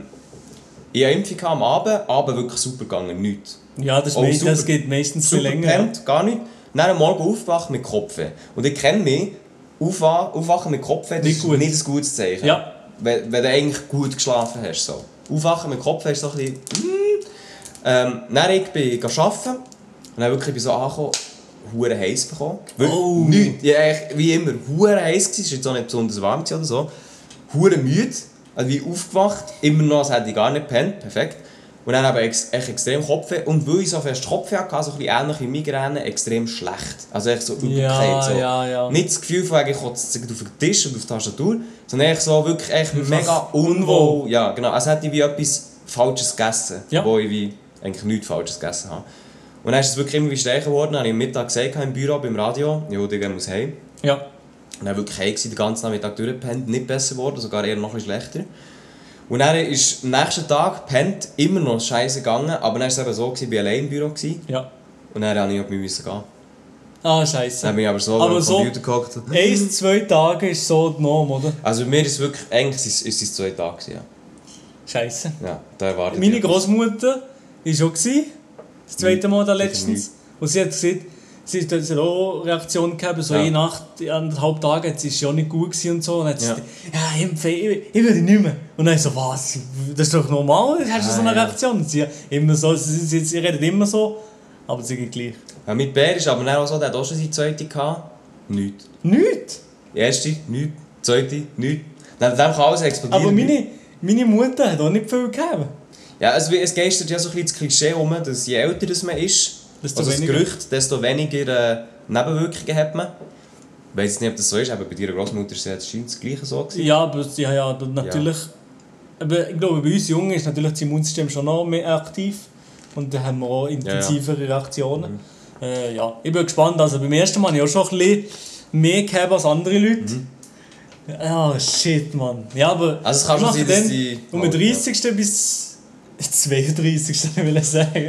eine Impfung am Abend wirklich super gegangen, nichts. Ja, das geht meistens viel länger. Pennt, gar nicht. Dann am Morgen aufwachen mit Kopfweh. Und ich kenne mich, aufwachen mit Kopfweh, das ist nicht ein gutes Zeichen. Ja. Wenn du eigentlich gut geschlafen hast. So. Aufwachen mit Kopfweh ist so ein bisschen... Dann bin ich arbeiten und dann wirklich so angekommen, hure heiß bekommen. Nichts. Ja, wie immer, hure heiß gewesen, es war jetzt auch nicht besonders warm oder so. Hure müde, also wie aufgewacht, immer noch, als hätte ich gar nicht gepennt, perfekt. Und dann habe ich echt extrem Kopfweh. Und weil ich so fest Kopfweh hatte, so ein bisschen ähnlich wie Migräne, extrem schlecht. Also echt so Übelkeit. So. Ja. Nicht das Gefühl von, ich kotze auf den Tisch und auf die Tastatur, sondern echt so wirklich echt mega unwohl. Ja, genau. Also hätte ich wie etwas Falsches gegessen, wo ich wie eigentlich nichts Falsches gegessen habe. Und dann ist es wirklich immer stärker geworden. Dann habe ich am Mittag gesagt, im Büro, beim Radio, ich muss heim. Ja. Und dann wirklich heim gewesen, den ganzen Nachmittag durchgepennt, nicht besser geworden, sogar eher noch ein bisschen schlechter. Und dann ist am nächsten Tag gepennt, immer noch scheiße gegangen, aber dann war es eben so, ich war allein im Büro. Ja. Und dann musste ich gehen. Ah, scheiße. Dann bin ich aber so am Computer gehockt. 1-2 Tage ist so die Norm, oder? Also bei mir ist es wirklich, eigentlich ist es 2 Tage, ja. Scheiße. Ja, da erwartet Meine Großmutter war schon das zweite Mal da letztens. Und sie hat gesagt, sie hat auch Reaktionen gehabt, so je nach 1,5 Tagen, jetzt ist ja nicht gut und so. Und dann hat sie gesagt, impfen, ich würde nicht mehr. Und dann so, was, das ist doch normal, hast du so eine Reaktion? Und sie immer so, sie redet immer so, aber sie geht gleich. Ja, mit Bär ist aber dann auch so, der hat auch schon seine zweite gehabt. Nichts. Nichts? Die erste, nichts. Die zweite, nichts. Dann kann alles explodieren. Aber meine Mutter hat auch nicht viel gegeben. Ja, es geistert ja so ein bisschen das Klischee um, dass je älter man ist, desto also das weniger. Gerücht, desto weniger Nebenwirkungen hat man. Ich weiss nicht, ob das so ist, aber bei deiner Großmutter war es das Gleiche so. Ja, aber natürlich. Aber ich glaube, bei uns Jungen ist natürlich das Immunsystem schon noch mehr aktiv. Und da haben wir auch intensivere Reaktionen. Ich bin gespannt. Also beim ersten Mal habe ich auch schon ein bisschen mehr gehabt als andere Leute. Oh shit, Mann. Ja, aber also es kann schon sein, dass die... Um den 30. bis 32. will ich sagen.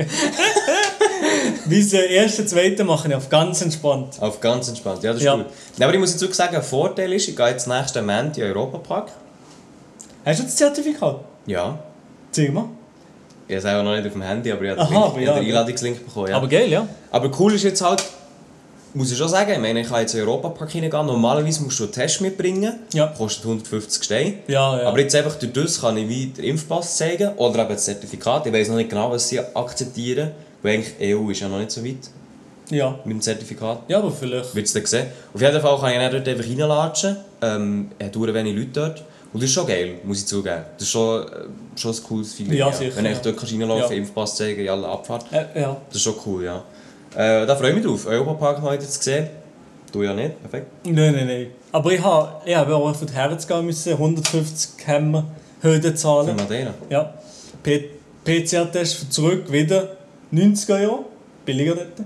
Bis den 1., 2. mache ich auf ganz entspannt. Auf ganz entspannt, ja, das ist gut. Aber ich muss jetzt wirklich sagen, ein Vorteil ist, ich gehe jetzt nächsten Montag in den Europapark. Hast du das Zertifikat? Ja. Zeig mal. Ich habe es auch noch nicht auf dem Handy, aber ich habe den Einladungslink bekommen. Ja. Aber geil, ja. Aber cool ist jetzt halt, muss ich schon sagen, ich meine, ich kann jetzt in den Europapark hineingehen. Normalerweise musst du einen Test mitbringen. Ja. Kostet 150 Steine. Ja. Aber jetzt einfach durch das kann ich wie den Impfpass zeigen oder eben das Zertifikat. Ich weiss noch nicht genau, was sie akzeptieren. Weil eigentlich EU ist ja noch nicht so weit Ja. mit dem Zertifikat. Ja, aber vielleicht. Wird es dann sehen. Auf jeden Fall kann ich dann dort einfach reinlatschen. Es hat wenig Leute dort. Und das ist schon geil, muss ich zugeben. Das ist schon ein cooles Feeling. Ja, sicher. Wenn ich dort reinlaufen kann, Impfpass zeigen, in aller Abfahrt. Ja. Das ist schon cool, ja. Da freue ich mich drauf, Europapark heute zu sehen. Du ja nicht, perfekt. Nein. Aber ich habe auch von Herz gehen müssen, 150 Hürden zahlen. Für Madeira? Ja. PCR-Test zurück, wieder 90er Jahre, billiger dort.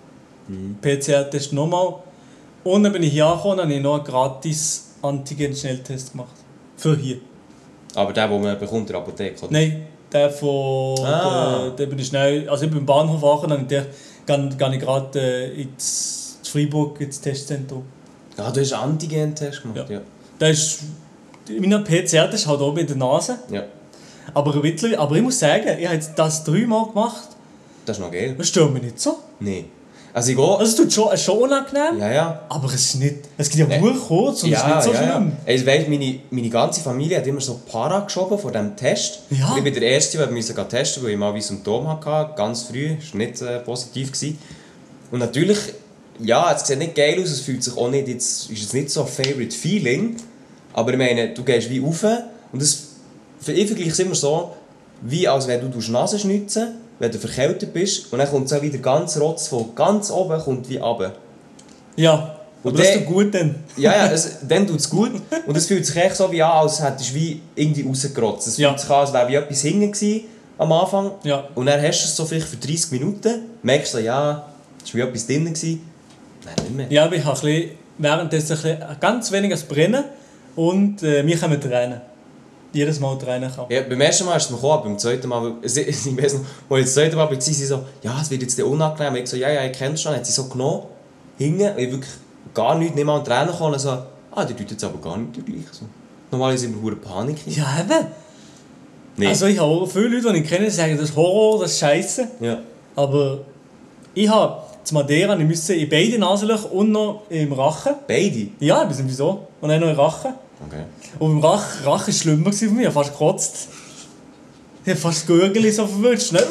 PCR-Test nochmal. Und dann bin ich hier angekommen und habe noch einen gratis Antigen-Schnelltest gemacht. Für hier. Aber der man bekommt in der Apotheke, oder? Nein, der von... Der bin ich schnell... Also ich bin im Bahnhof angekommen und gehe ich gerade ins Freiburg, ins Testzentrum. Ja, du hast einen Antigen-Test gemacht, ja. Der ist... Mein PCR-Test halt oben in der Nase. Ja. Aber ich muss sagen, ich habe jetzt das 3-mal gemacht. Das ist noch geil. Das stört mich nicht so. Nein. Also ich gehe... Also es tut schon, es ist schon unangenehm, Ja. aber es ist nicht... Es geht ja nur kurz und es ist nicht so schlimm. Ich weiss, meine ganze Familie hat immer so Para geschoben vor diesem Test. Ja. Und ich bin der Erste, der musste testen, weil ich mal wie Symptome hatte, ganz früh. Das war nicht positiv gewesen. Und natürlich, ja, es sieht nicht geil aus, es fühlt sich auch nicht, jetzt ist es nicht so ein Favorite Feeling. Aber ich meine, du gehst wie rauf und ich vergleiche es immer so, wie als wenn du Nase schnitzen, wenn du verkältet bist und dann kommt so wieder ganz Rotz von ganz oben kommt wie runter. Ja, aber Und das dann- tut gut dann. Ja, dann tut es gut und es fühlt sich echt so wie an, als hättest du wie irgendwie rausgerotzt. Es Ja. fühlt sich an, als wäre wie etwas hinten gewesen am Anfang Ja. und dann hast du es so vielleicht für 30 Minuten, merkst du, ja, es war wie etwas drin gewesen. Nein, nicht mehr. Ja, aber ich habe ein bisschen, währenddessen ein bisschen, ganz wenig das Brennen und mir kommen Tränen. Jedes Mal Tränen kann. Ja, beim ersten Mal ist es mir gekommen, aber beim zweiten Mal, ich weiss noch, als ich das zweite Mal war, sie so, ja, es wird jetzt unangenehm. Ich so, ja, ich kenne es schon. Dann hat sie so genommen, hingen, ich wirklich gar nichts, nicht mal an Tränen gekommen. Und so, die tut jetzt aber gar nicht gleich. So. Normalerweise sind wir Panik. Ja, eben. Nee. Also ich habe auch viele Leute, die ich kenne, die sagen, das ist Horror, das ist Scheiße. Ja. Aber ich habe zu Madeira, ich musste in beide Nasenlöcher und noch im Rachen. Beide? Ja, ich weiß nicht wieso. Und dann noch im Rachen. Okay. Und im Rachen war es schlimmer für mich, ich habe fast gekotzt. Ich habe fast das Gürgel so verwünscht. Ne?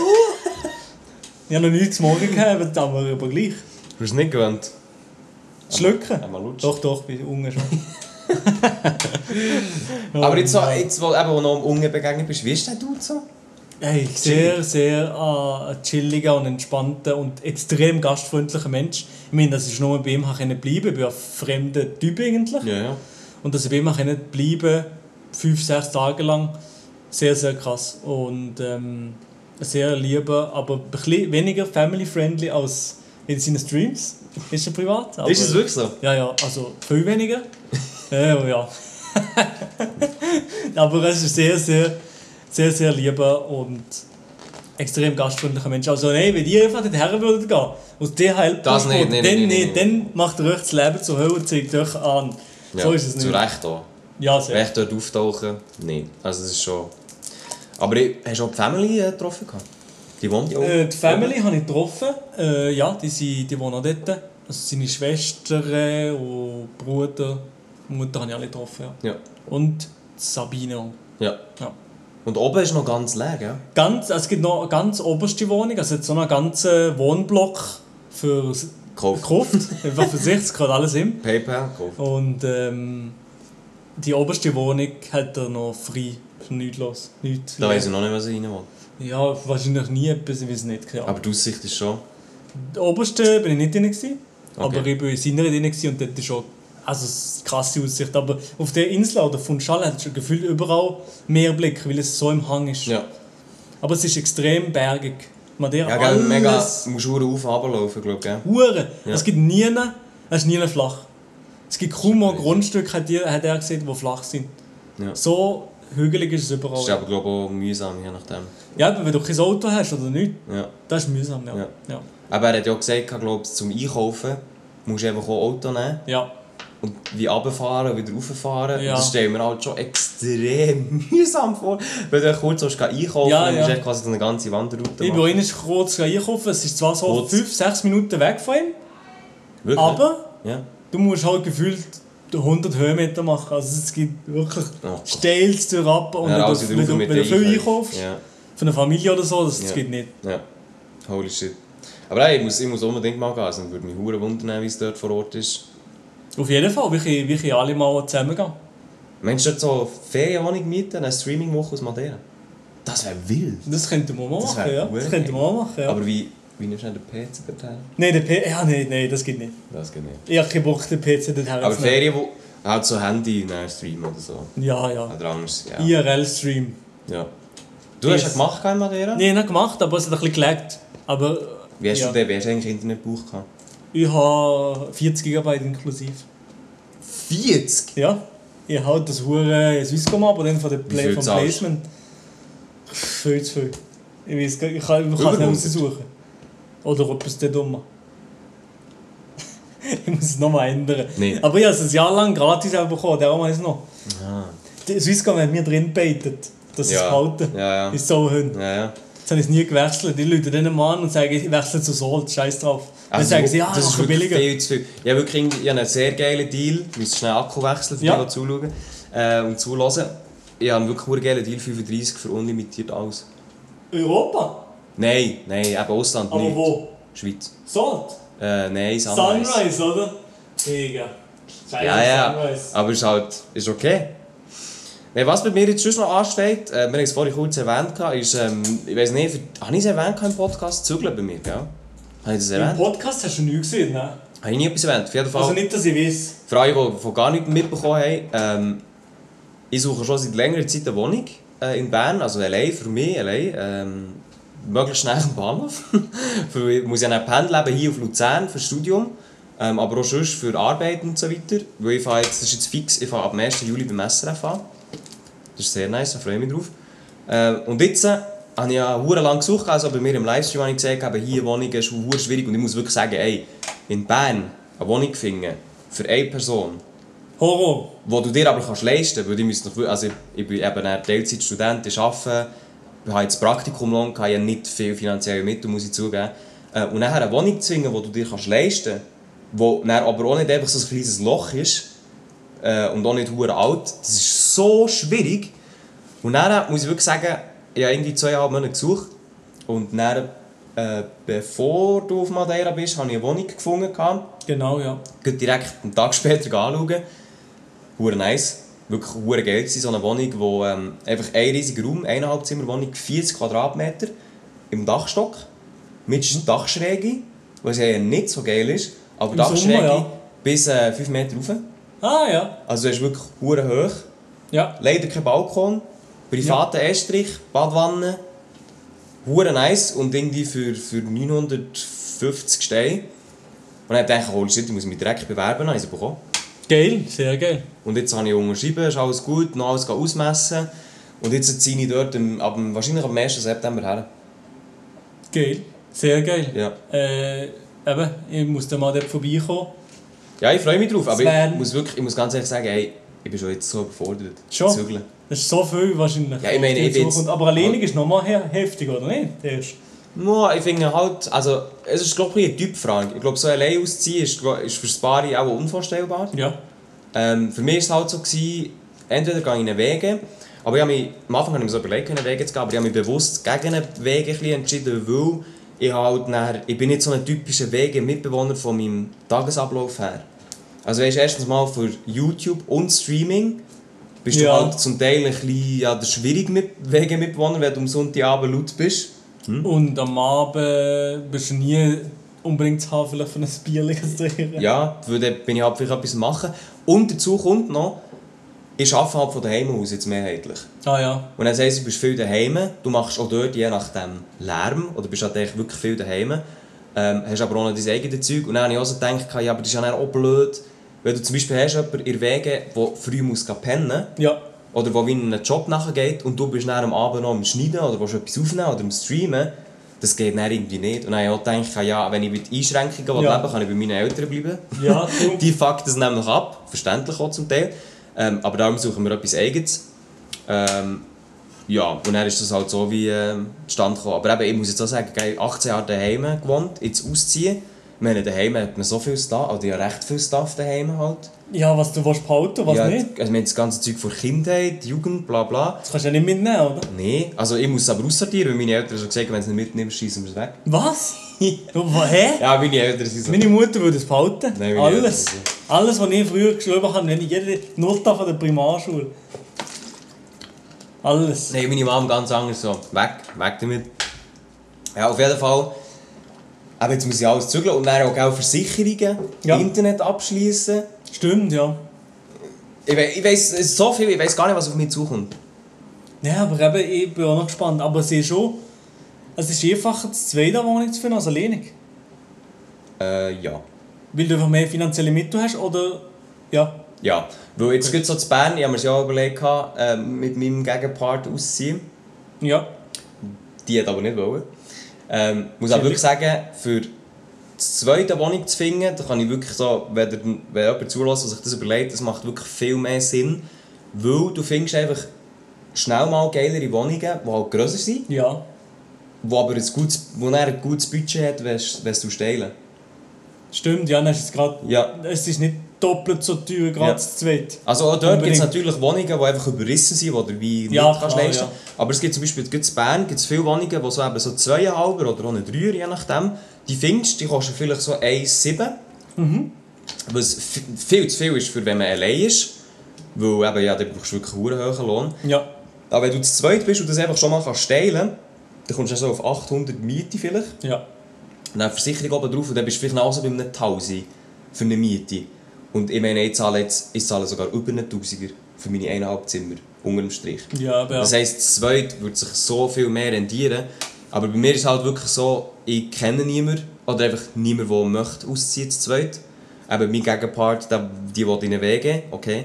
Ich habe noch nichts zum Morgen gehabt, aber gleich. Du hast es nicht gewöhnt? Schlucken? Einmal lutschen. Doch, bei Unge schon. Aber jetzt, wo du noch Unge begegnet bist, wie ist der Dude so? Hey, sehr, sehr chilliger und entspannter und extrem gastfreundlicher Mensch. Ich meine, dass ich nur bei ihm bleiben konnte. Ich bin ein fremder Typ eigentlich. Ja. Und dass ich bei ihm bleiben 5-6 Tage lang, sehr, sehr krass. Und sehr lieber, aber ein bisschen weniger family-friendly als in seinen Streams. Ist er privat. Aber, Ist es wirklich so? Ja, also viel weniger. Ja. Aber es ist sehr, sehr, sehr, sehr lieber und extrem gastfreundlicher Mensch. Also nein, wenn ihr einfach dorthin würdet gehen, aus DHL Das nicht, nein. dann macht ihr euch das Leben zur Hölle und zeigt euch an. So ist es nicht. Zu Recht auch. Ja, sehr. Recht dort auftauchen? Nein. Also das ist schon... Aber hast du auch die Family getroffen? Die wohnt ja auch? Die Family habe ich getroffen. Ja, die wohnen auch dort. Also seine Schwester und Bruder, Mutter habe ich alle getroffen. Ja. Ja. Und Sabine auch. Ja. Ja. Und oben ist noch ganz leer, gell? Es gibt noch eine ganz oberste Wohnung, also jetzt so einen ganzen Wohnblock für gekauft. Einfach für sich, es gehört alles hin. PayPal gekauft. Und die oberste Wohnung hat er noch frei, für nichts los. Nichts. Da weiss ich noch nicht, was ich rein will. Ja, wahrscheinlich nie etwas, ich weiß nicht. Keine Ahnung. Aber die Aussicht ist schon... Der oberste bin ich nicht drin, gewesen, Okay. aber ich war in seiner drin gewesen und dort ist schon also es ist eine krasse Aussicht. Aber auf der Insel oder Funchal hat es schon gefühlt überall mehr Blick, weil es so im Hang ist. Ja. Aber es ist extrem bergig. Madeira, Ja, gell, alles mega... Du musst auf und runterlaufen, glaube ich, gell? Hure. Ja. Es gibt es ist nie flach. Es gibt kaum mal Grundstücke, hat er gesehen, die flach sind. Ja. So hügelig ist es Das überall. ist aber, glaube ich, auch mühsam, je nachdem. Ja, aber wenn du kein Auto hast oder nichts, Ja. das ist mühsam. Ja. Ja. Ja. Aber er hat ja auch gesagt, glaube ich, zum Einkaufen musst du einfach auch ein Auto nehmen. Ja. Und wie runterfahren und wieder rauffahren. Ja. Und das stellen wir halt schon extrem mühsam vor. Wenn du kurz einkaufen Ja, dann musst du ja. echt quasi so eine ganze Wanderroute Ich bin auch kurz einkaufen. Es ist zwar so Kurz. 5-6 Minuten weg von ihm, Wirklich? aber Ja. du musst halt gefühlt 100 Höhenmeter machen. Also es gibt wirklich Oh. steils durch ab. Und Ja, also wenn du viel einkaufst, Ja. für eine Familie oder so, das Ja. geht nicht. Ja. Holy shit. Aber hey, ich muss unbedingt mal gehen. Also, würde mich hure wundern, wie es dort vor Ort ist. Auf jeden Fall, wir können alle mal zusammen gehen. Meinst du dort so eine Ferienwohnung mieten, eine Streaming-Woche aus Madeira? Das wäre wild. Das könnten wir mal Das machen, wär ja. cool. Das könnten wir mal machen, ja. Aber wie nimmst du den PC dorthin? Nein, das geht nicht. Das geht nicht. Ich habe keinen Bock, den PC dorthin Aber zu nehmen. Ferien, wo halt so Handy streamen oder so. Ja. Oder anders, ja. IRL-Stream. Ja. Du hast ja gemacht in Madeira? Nein, nicht gemacht, aber es hat ein bisschen gelegt. Aber, Wie hast du denn? Wie hast du eigentlich Internet gebraucht? Ich habe 40 GB inklusiv. 40? Ja. Ich habe das hure Swisscom aber dann von der viel vom zahlst Placement. Viel zu viel. Ich weiß gar nicht, ich kann es nicht raussuchen. Oder ob es der dummer. Ich muss es nochmal ändern. Nee. Aber ich habe es ein Jahr lang gratis bekommen, darum weiß ich noch. Ah. Die Swisscom hat mir drin gebeten, dass ich es behalte. Ja. Ist so hin. Ja. Jetzt habe ich es nie gewechselt. Die Leute denen mal an und sagen, ich wechsle zu Salt, scheiß drauf. Dann Also, sagen sie, ja, das ist wirklich billiger. viel zu viel. Ich habe wirklich ich habe einen sehr geilen Deal. Ich muss schnell Akku wechseln, für Ja. die, die zuschauen und zuhören. Ich habe wirklich einen geilen Deal, 35 für unlimitiert alles. Europa? Nein, eben Ausland Aber nicht. wo? Schweiz. Salt? Nein, Sunrise. Sunrise, oder? Digga. Scheiße, Ja, Sunrise. aber ist okay. Nee, was bei mir jetzt schon noch ansteht, wir haben es vorhin kurz erwähnt, ist, ich weiß nicht, habe ich es erwähnt im Podcast? Zügeln bei mir, gell? Habe ich das Im erwähnt? Podcast hast du nie gesehen, ne? Habe ich nie etwas erwähnt? Auf jeden Fall. Also nicht, dass ich weiß. Für alle, die von gar nichts mitbekommen haben, ich suche schon seit längerer Zeit eine Wohnung in Bern, also allein, für mich allein. Möglichst schnell am Bahnhof. Ich muss ja nicht pendeln, eben hier auf Luzern für das Studium, aber auch sonst für Arbeit und so weiter. Weil ich fahre jetzt, das ist jetzt fix, ich fahre ab dem 1. Juli beim SRF an. Das ist sehr nice, da freue ich mich drauf. Und jetzt habe ich ja sehr lange gesucht, also bei mir im Livestream habe ich gesagt, eben hier Wohnungen ist sehr schwierig und ich muss wirklich sagen, ey, in Bern eine Wohnung finden, für eine Person, Horror. die du dir aber kannst leisten kannst, weil ich müsste noch, also ich bin eben ein Teilzeitstudent, ich arbeite, ich habe jetzt Praktikum lang, ich habe nicht viel finanzielle Mittel, muss ich zugeben. Und nachher eine Wohnung zu finden, die du dir kannst leisten kannst, die dann aber auch nicht einfach so ein kleines Loch ist und auch nicht verdammt alt, das ist so schwierig. Und dann muss ich wirklich sagen, ich habe irgendwie 2,5 Monate gesucht und dann, bevor du auf Madeira bist, habe ich eine Wohnung gefunden. Genau, ja. Ich gehe direkt einen Tag später anschauen. Hure nice. Wirklich hure geil gewesen, so eine Wohnung, wo einfach ein riesiger Raum, 1,5 Zimmerwohnung, 40 Quadratmeter im Dachstock, mit Dachschräge, was ja nicht so geil ist, aber Im Dachschräge Sommer, ja. bis 5 Meter rauf. Ah, ja. Also es ist wirklich hure hoch. Ja. Leider kein Balkon, privater Estrich, Badwanne, hure nice und irgendwie für 950 Steine. Und dann dachte ich, holy shit, ich muss mich direkt bewerben, dann habe ich sie bekommen. Geil, sehr geil. Und jetzt habe ich unterschrieben, ist alles gut, noch alles ausmessen. Und jetzt ziehe ich dort wahrscheinlich am 1. September her. Geil, sehr geil. Ja. Eben, ich muss dann mal dort vorbeikommen. Ja, ich freue mich drauf, aber Sven. ich muss ganz ehrlich sagen, hey, ich bin schon jetzt so überfordert. Schon? Zügeln. Das ist so viel wahrscheinlich. Ja, ich meine, ich bin jetzt- Aber alleinig ist noch mal heftig, oder nicht? Der erste. No, ich finde halt, also, es ist glaube ich eine Typfrage. Ich glaube, so allein ausziehen ist für das Paar auch unvorstellbar. Ja. Für mich war es halt so, entweder gehe ich einen Weg, aber am Anfang habe ich mir so überlegt, einen Weg zu gehen, aber ich habe mich bewusst gegen einen Weg ein bisschen entschieden, weil ich bin nicht so ein typischer Wege-Mitbewohner von meinem Tagesablauf her. Also weißt, erstens mal für YouTube und Streaming bist Ja. du halt zum Teil ein bisschen der schwierige Wege-Mitbewohner, wenn du am Sonntagabend laut bist. Und am Abend bist du nie unbedingt zu haben, vielleicht für ein Bier zu trinken. Ja, weil dann bin ich halt vielleicht etwas machen. Und dazu kommt noch, ich arbeite halt von daheim aus jetzt mehrheitlich. Ah ja. Und dann heisst, du bist viel daheim, du machst auch dort je nach dem Lärm, oder bist halt eigentlich wirklich viel daheim, hast aber auch noch dein eigenes Zeug. Und dann habe ich auch so gedacht, ja, aber das ist ja dann auch blöd, wenn du zum Beispiel hast jemanden in Wegen, der früh muss pennen muss, Ja. oder der wie in einen Job nachgeht und du bist dann am Abend noch am Schneiden oder willst etwas aufnehmen oder am Streamen, das geht dann irgendwie nicht. Und dann habe ich auch gedacht, ja, wenn ich mit Einschränkungen Ja. leben will, kann ich bei meinen Eltern bleiben. Ja, true. Die fucken das nämlich ab, verständlich auch zum Teil. Aber darum suchen wir etwas Eigenes. Ja, und dann ist das halt so wie zustande gekommen. Aber eben, ich muss jetzt auch sagen, 18 Jahre daheim gewohnt, jetzt ausziehen. Ich meine, daheim hat man so viel Stuff, also ja recht viel Stuff daheim halt. Ja, was du willst behalten, was ja, nicht. Also wir haben das ganze Zeug von Kindheit, Jugend, bla bla. Das kannst du ja nicht mitnehmen, oder? Nein, also ich muss es aber aussortieren, weil meine Eltern schon gesagt haben, wenn du es nicht mitnimmst, schießen wir es weg. Was? Hä? Ja, meine Eltern sind so. Meine Mutter würde es behalten. Nein, meine Alles. Eltern sind Alles, was ich früher geschrieben habe, wenn ich jede Note von der Primarschule. Alles. Nein, meine Mom ganz anders so. Weg damit. Ja, auf jeden Fall. Aber jetzt muss ich alles zügeln und dann auch Versicherungen, Ja. Internet abschließen. Stimmt, ja. Ich weiss so viel, ich weiss gar nicht, was auf mich zukommt. Ja, aber eben, ich bin auch noch gespannt. Aber es ist schon... Es ist einfacher, das zweite Wohnung zu finden als alleine. Ja. Weil du einfach mehr finanzielle Mittel hast, oder... Ja. Ja, weil jetzt geht so zu Bern, ich habe mir ja auch überlegt, mit meinem Gegenpart auszuziehen. Ja. Die hat aber nicht wollen. Muss aber wirklich sagen, für die zweite Wohnung zu finden, da kann ich wirklich so, wenn jemand zulässt, der sich das überlegt, das macht wirklich viel mehr Sinn. Weil du findest einfach schnell mal geilere Wohnungen, die halt grösser sind, Ja. wo aber ein gutes Budget hat, wenn du steilen. Stimmt, ja, dann ist es gerade... Ja. Es ist nicht doppelt so teuer, gerade Ja. zu zweit. Also auch dort gibt es Unbedingt. natürlich Wohnungen, die einfach überrissen sind, die du wie Ja, nicht kannst klar, leisten. ja. Aber es gibt zum Beispiel in Bern gibt's viele Wohnungen, die so, eben so 2,5 oder auch eine 3, je nachdem. Die findest die kosten vielleicht so 1,7. Was viel zu viel ist, für wenn man allein ist. Weil eben, ja, da brauchst du wirklich einen hohen Lohn. Ja. Aber wenn du zu zweit bist und das einfach schon mal steilen kannst, dann kommst du so auf 800 Miete vielleicht. Ja. Und dann Versicherung oben drauf und dann bist du vielleicht auch so bei einem 1000 für eine Miete. Und ich meine, ich zahle sogar über einen 1000er für meine 1,5 Zimmer, unter dem Strich. Ja, aber ja. Das heisst, zu zweit würde sich so viel mehr rendieren. Aber bei mir ist es halt wirklich so, ich kenne niemanden, oder einfach niemanden, der möchte ausziehen zu zweit. Eben mein Gegenpart, die will in eine WG, okay.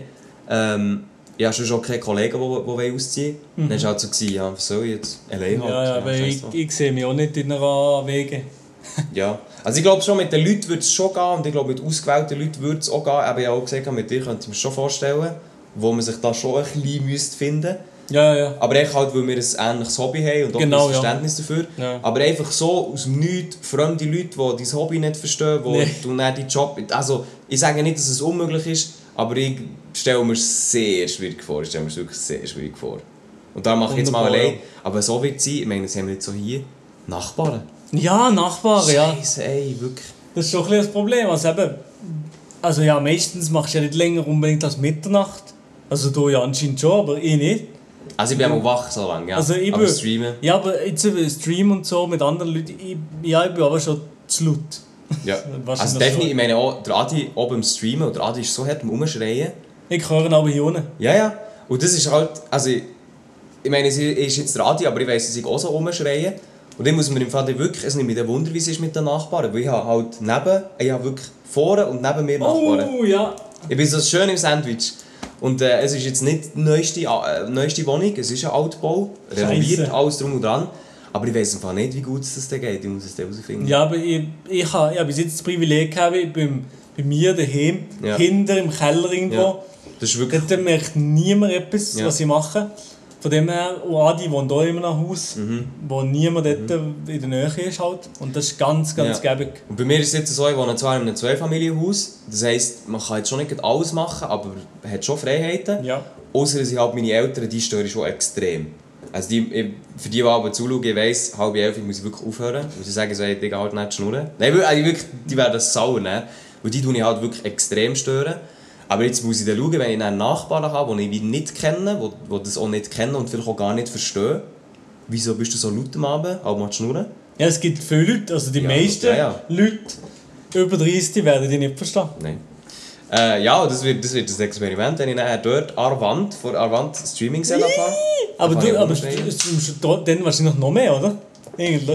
Ich habe schon keine Kollegen, die ausziehen wollen. Dann war es halt so, ja, was soll ich jetzt? Allein halt. Ja, ja, aber scheiß drauf. ich sehe mich auch nicht in einer Wege. Ja, also ich glaube schon, mit den Leuten würde es schon gehen und ich glaube, mit ausgewählten Leuten würde es auch gehen. Aber ich habe auch gesagt, mit dir könnte ich mir schon vorstellen, wo man sich da schon ein bisschen finden müsste. Ja, ja. Aber echt halt, weil wir ein ähnliches Hobby haben und auch Genau, ein Verständnis dafür. Ja. Aber einfach so aus dem Nichts, fremde Leute, die dein Hobby nicht verstehen, Nee. du nicht deinen Job... Also, ich sage nicht, dass es unmöglich ist, aber ich stelle mir es sehr schwierig vor. Ich stelle mir es wirklich sehr schwierig vor. Und da mache ich jetzt mal Wunderbar, allein. ja. Aber so wird es sein. Ich meine, das haben wir jetzt so hier. Nachbarn. Ja, Nachbarn, ja. Scheisse, ey, wirklich. Das ist schon ein bisschen das Problem. Also ja, meistens machst du ja nicht länger unbedingt als Mitternacht. Also du ja anscheinend schon, aber ich nicht. Also ich bin auch wach so lange, ja. Also ich aber bin- streamen, Ja, aber jetzt über Stream und so mit anderen Leuten, ich bin aber schon zu laut. ja. Wahrscheinlich Also definitiv, ich meine auch, der Adi oben im Streamen, und der Adi ist so hart am Rumschreien. Ich höre aber hier unten. Ja, ja. Und das ist halt, also ich meine, es ist jetzt der Adi, aber ich weiss, dass ich auch so rumschreien. Und dann muss man im Fall wirklich, es nimmt mich Wunder, wie es ist mit den Nachbarn. Weil ich habe halt ich habe wirklich vorne und neben mir Nachbarn. Oh, ja. Ich bin so schön im Sandwich. Und es ist jetzt nicht die neueste Wohnung, es ist ein Altbau, renoviert, Scheisse. alles drum und dran. Aber ich weiss einfach nicht, wie gut es das geht, ich muss es dann herausfinden. Ja, aber ich habe bis jetzt das Privileg gehabt, ich bin bei mir daheim, Ja. hinter im Keller irgendwo. Ja. Das ist wirklich... Dort merkt niemand etwas, Ja. was ich mache. Von dem her, und Adi wohnt auch in einem Haus, wo niemand dort in der Nähe ist. Halt. Und das ist ganz Ja. gäbig. Und bei mir ist es jetzt so, ich wohne zwar in einem Zweifamilienhaus, das heisst, man kann jetzt schon nicht alles machen, aber man hat schon Freiheiten. Ja. Ausser dass ich halt meine Eltern, die stören schon extrem. Also für die aber zuschauen, ich weiss, 10:30 muss ich wirklich aufhören. Muss ich sagen, so, hey, Digga, halt nicht schnurren. Nein, wirklich, die werden das sauer nehmen. Und die tun ich halt wirklich extrem stören. Aber jetzt muss ich dann schauen, wenn ich einen Nachbarn habe, den ich nicht kenne, die das auch nicht kennen und vielleicht auch gar nicht verstehen. Wieso bist du so laut am Abend, halt mal zu schnurren? Ja, es gibt viele Leute, also die Ja, meisten ja. Leute über 30 die werden die nicht verstehen. Nein. Ja, das wird das Experiment, wenn ich nachher dort an der Wand Streaming-Setup habe. Aber Dann kann ich du rumschreien. musst dann wahrscheinlich noch mehr, oder? Eigentlich.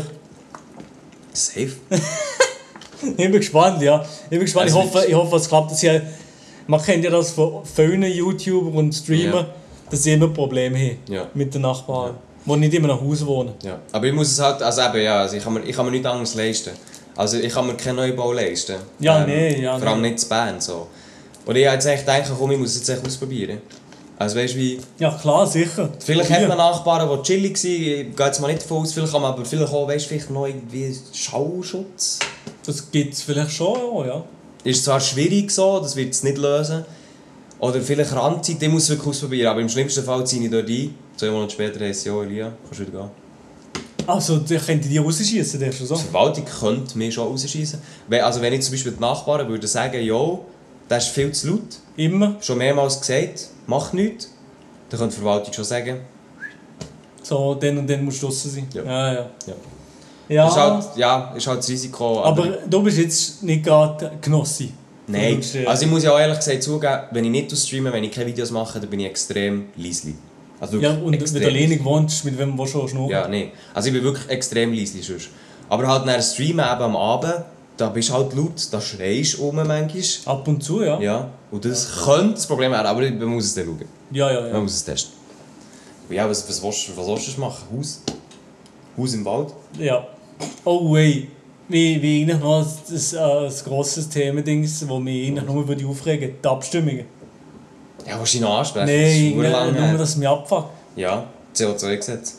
Safe. Ich bin gespannt, ja. Ich bin gespannt. Also Ich hoffe, es klappt. Man kennt ja das von vielen YouTubern und Streamern, Ja. dass sie immer Probleme haben Ja. mit den Nachbarn, die nicht immer nach Hause wohnen. Ja. Aber ich muss es halt, also eben, ja, also ich kann mir nichts anderes leisten. Also ich kann mir keinen Neubau leisten. Ja, nee, ja, Vor allem nee. nicht zu Bern, so. Und ich habe jetzt echt gedacht, komm, ich muss es jetzt echt ausprobieren. Also weißt du wie... Ja, klar, sicher. Vielleicht Ja. hat man Nachbarn, die chillig waren, ich gehe jetzt mal nicht davon aus, vielleicht kann man aber vielleicht auch, weißt du, vielleicht noch irgendwie Schallschutz. Das gibt es vielleicht schon, ja. Ist zwar schwierig so, das wird es nicht lösen. Oder vielleicht Randzeit, ich muss es wirklich ausprobieren, aber im schlimmsten Fall ziehe ich dort ein. 2 Monate später heisst es, ja, Elia, kannst du wieder gehen. Also, da könnte die rausschießen, der ist schon so. Die Verwaltung könnte mich schon rausschießen. Also wenn ich zum Beispiel die Nachbarn würde sagen, jo, das ist viel zu laut, Immer. schon mehrmals gesagt, mach nichts, dann könnte die Verwaltung schon sagen, So, dann und dann musst du draussen sein. Ja. Ja, ja. ja. Ja, Ist halt das Risiko. aber du bist jetzt nicht gerade Genossi. Nein, Du bist, also ich muss ja auch ehrlich gesagt zugeben, wenn ich nicht streame, wenn ich keine Videos mache, dann bin ich extrem leise. Also Ja, und extrem wenn du alleine leise. wohnst, mit wem willst du schon schnurren? Ja, nee. Also ich bin wirklich extrem leise sonst. Aber halt nach dem Streamen eben am Abend, da bist du halt laut, da schreist du manchmal. Ab und zu, ja. Ja, und das könnte das Problem werden, aber man muss es dann schauen. Ja. Man muss es testen. Ja, was willst du machen? Haus im Wald? Ja. Oh, wei. Wie eigentlich noch ein grosses Thema-Ding, das mich eigentlich nur würde aufregen, die Abstimmungen. Ja, willst du dich noch ansprechen? Nein, Das ist verdammt nur, her. dass es mich abfuckt. Ja, CO2-Gesetz.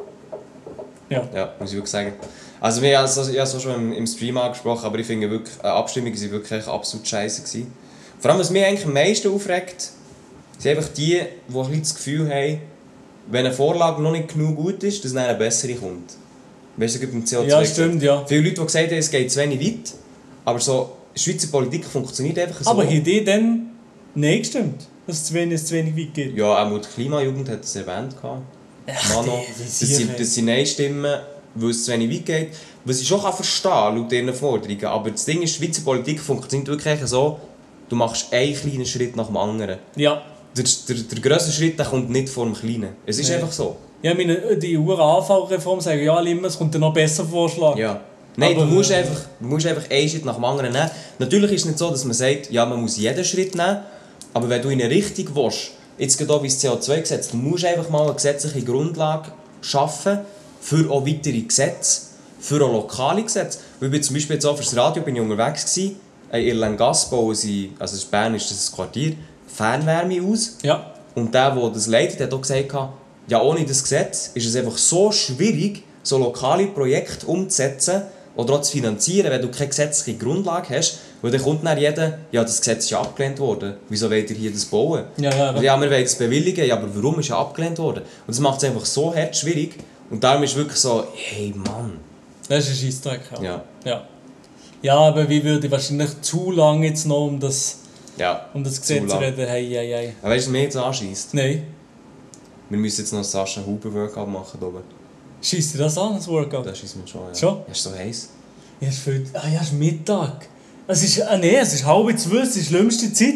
Ja. Ja, muss ich wirklich sagen. Also wir haben es auch schon im Stream angesprochen, aber ich finde wirklich, Abstimmungen waren wirklich absolut scheiße gewesen. Vor allem, was mich eigentlich am meisten aufregt, sind einfach die ein bisschen das Gefühl haben, wenn eine Vorlage noch nicht genug gut ist, dass dann eine bessere kommt. Weißt du, beim CO2 Ja, stimmt, ja. Viele Leute, die gesagt haben, es geht zu wenig weit, aber so, Schweizer Politik funktioniert einfach so. Aber haben die dann Nein gestimmt, dass es zu wenig weit geht? Ja, auch die Klimajugend hat das erwähnt. Mano, die dass sie Nein stimmen, weil es zu wenig weit geht. Was ich schon verstehen kann, laut ihren Forderungen. Aber das Ding ist, die Schweizer Politik funktioniert wirklich so, du machst einen kleinen Schritt nach dem anderen. Ja. Der grösste Schritt der kommt nicht vor dem kleinen. Es ist Nee. einfach so. Ja, die EU-AV-Reform sagen ja immer, es kommt dann noch besser Vorschlag. Ja. Nein, Aber, du musst einfach einen Schritt nach dem anderen nehmen. Natürlich ist es nicht so, dass man sagt, ja, man muss jeden Schritt nehmen, aber wenn du in eine Richtung willst, jetzt gerade auch wie das CO2-Gesetz, du musst einfach mal eine gesetzliche Grundlage schaffen für auch weitere Gesetze, für auch lokale Gesetze. Weil ich bin zum Beispiel jetzt auch fürs Radio bin ich unterwegs gewesen, in Langas bauen sie, also in Bern ist das ein Quartier, Fernwärme aus. Ja. Und der das leitet, hat auch gesagt, ja, ohne das Gesetz ist es einfach so schwierig, so lokale Projekte umzusetzen oder auch zu finanzieren, wenn du keine gesetzliche Grundlage hast. Weil dann kommt dann jeder, ja, das Gesetz ist ja abgelehnt worden. Wieso wollt ihr hier das bauen? Ja. Ja, wir wollen es bewilligen, ja, aber warum ist ja abgelehnt worden? Und das macht es einfach so hart schwierig. Und darum ist wirklich so, hey Mann. Das ist ein Scheissdreck. Ja. Ja, aber wie würde ich wahrscheinlich zu lange jetzt noch um das zu Gesetz lang. reden? Hey. Aber weißt du, was mich jetzt anscheisst? Nein. Wir müssen jetzt noch ein Sascha Huber-Workout machen da oben. Scheisst dir das an, das Workout? Das scheisst mir schon, ja. Schon? Ja, ist so heiß. Ja, es ist Mittag. Es ist 1:30, es ist die schlimmste Zeit.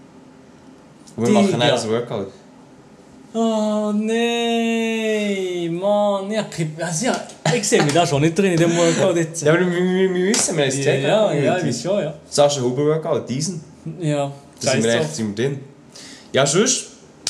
Und wir machen dann Digga. ein Workout. Oh nein, Mann. Ich sehe mich da schon nicht drin in dem Workout jetzt. Ja, aber wir müssen, wir haben es gecheckt. Ja, ich schon, ja. Sascha Huber-Workout, diesen. Ja, Da sind wir scheiß echt sind wir drin. Ja, sonst.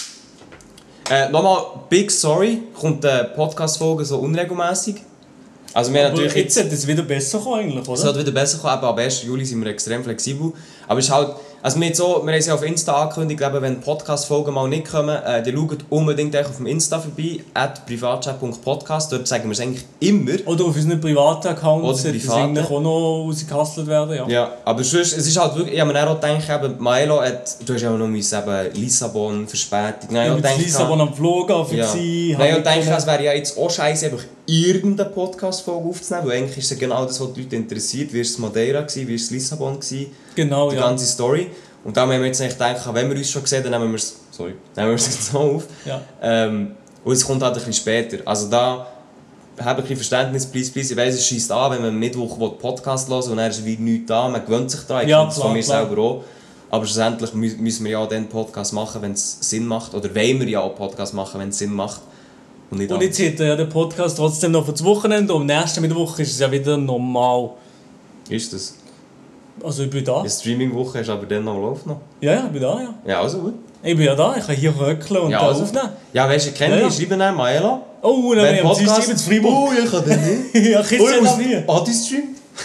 Nochmal, big sorry, kommt die Podcast-Folge so unregelmäßig. Also wir haben Aber natürlich jetzt sollte es wieder besser kommen eigentlich, es oder? sollte wieder besser kommen, aber ab 1. Juli sind wir extrem flexibel. Aber es ist halt, also wir haben es ja auf Insta angekündigt, glaube, wenn Podcast-Folgen mal nicht kommen, dann schaut unbedingt auf dem Insta vorbei, @privatchat.podcast, dort sagen wir es eigentlich immer. Oder auf unseren privaten Accounts Oder sollte es private. eigentlich auch noch rausgekastelt werden, ja. Ja, aber sonst, es ist halt wirklich, ich habe mir auch gedacht, eben, Maelo du hast ja auch noch eben Lissabon Verspätung. Nein, Ich bin gedacht, in Lissabon am Flughafen ja. gewesen, Nein, hab ich denke, können- es wäre ja jetzt auch scheiße, einfach irgendeine Podcast-Folge aufzunehmen, weil eigentlich ist ja genau das, was die Leute interessiert. Wie war es Madeira, wie war es Lissabon, Genau, die ja. ganze Story. Und da haben wir jetzt eigentlich gedacht, wenn wir uns schon sehen, dann nehmen wir es jetzt so auf. Ja. Und es kommt halt ein bisschen später. Also da habe ich ein bisschen Verständnis, please. Ich weiss, es scheisst an, wenn man am Mittwoch Podcast hören will und dann ist wie nichts da, man gewöhnt sich daran, ich Ja, kenne das von mir klar. selber auch. Aber schlussendlich müssen wir ja auch den Podcast machen, wenn es Sinn macht. Oder wollen wir ja auch Podcast machen, wenn es Sinn macht. Und nicht Und jetzt hat ja der Podcast trotzdem noch für das Wochenende und am nächsten Mittwoch ist es ja wieder normal. Ist das? Also ich bin da. Die Streaming-Woche ist aber dann noch läuft noch. Ja, ich bin da, ja. Ja, also gut. Ich bin ja da, ich kann hier röckeln und Ja, da also. aufnehmen. Ja, weißt du, ich kenne Ja, ja. dich, schreibe dann Maela. Oh, dann bin ich am Dienstag ins Freiburg. Oh, ich kann den nicht. Ja, Kids sind auch hier. Adi-Stream?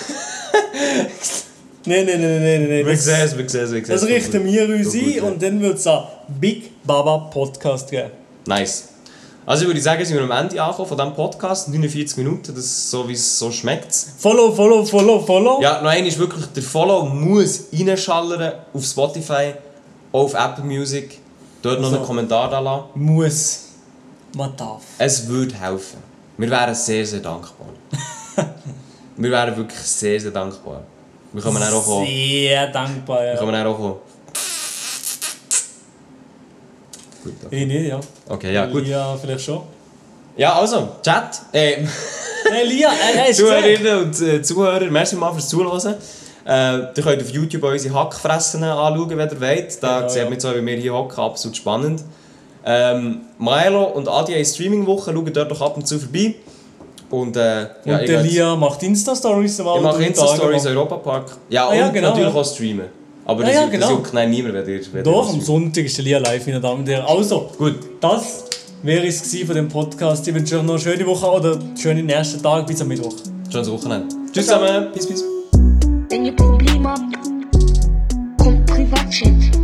Nein. Wir sehen es. Das richten wir uns Gut, ein ja. und dann wird es einen Big Baba Podcast geben. Nice. Also ich würde sagen, sind wir am Ende angekommen von diesem Podcast. 49 Minuten, das ist so, wie es so schmeckt. Follow. Ja, noch einmal ist wirklich, der Follow muss reinschallern auf Spotify, auch auf Apple Music. Dort noch Also. einen Kommentar da lassen. Muss. Man darf. Es würde helfen. Wir wären sehr, sehr dankbar. Wir wären wirklich sehr, sehr dankbar. Wir kommen dann auch kommen. Sehr dankbar, Wir ja. kommen dann auch kommen. Gut, okay. Ich nicht, ja. Okay, ja, gut. Ja, vielleicht schon. Ja, also, Chat. Hey, Lia, er ist gesehen. Zuhörerinnen und Zuhörer, merci mal fürs Zuhören. Ihr könnt auf YouTube unsere Hackfressen anschauen, wenn ihr wollt. Da Genau, sieht ja. man jetzt auch, wie wir hier hocken, absolut spannend. Milo und Adi haben Streaming-Woche, schaut dort doch ab und zu vorbei. Und der Lia macht Insta-Stories. Ich mache Insta-Stories Europapark. Ja, und genau, natürlich auch streamen. Aber das juckt niemand, wenn Doch, am Sonntag ist der Lia live, meine Damen und Herren. Also, gut. Das wäre es von dem Podcast. Ich wünsche euch noch eine schöne Woche oder einen schönen ersten Tag bis am Mittwoch. Schönes Wochenende. Tschüss zusammen. Peace, peace. Wenn ihr Probleme habt, kommt Privatchat.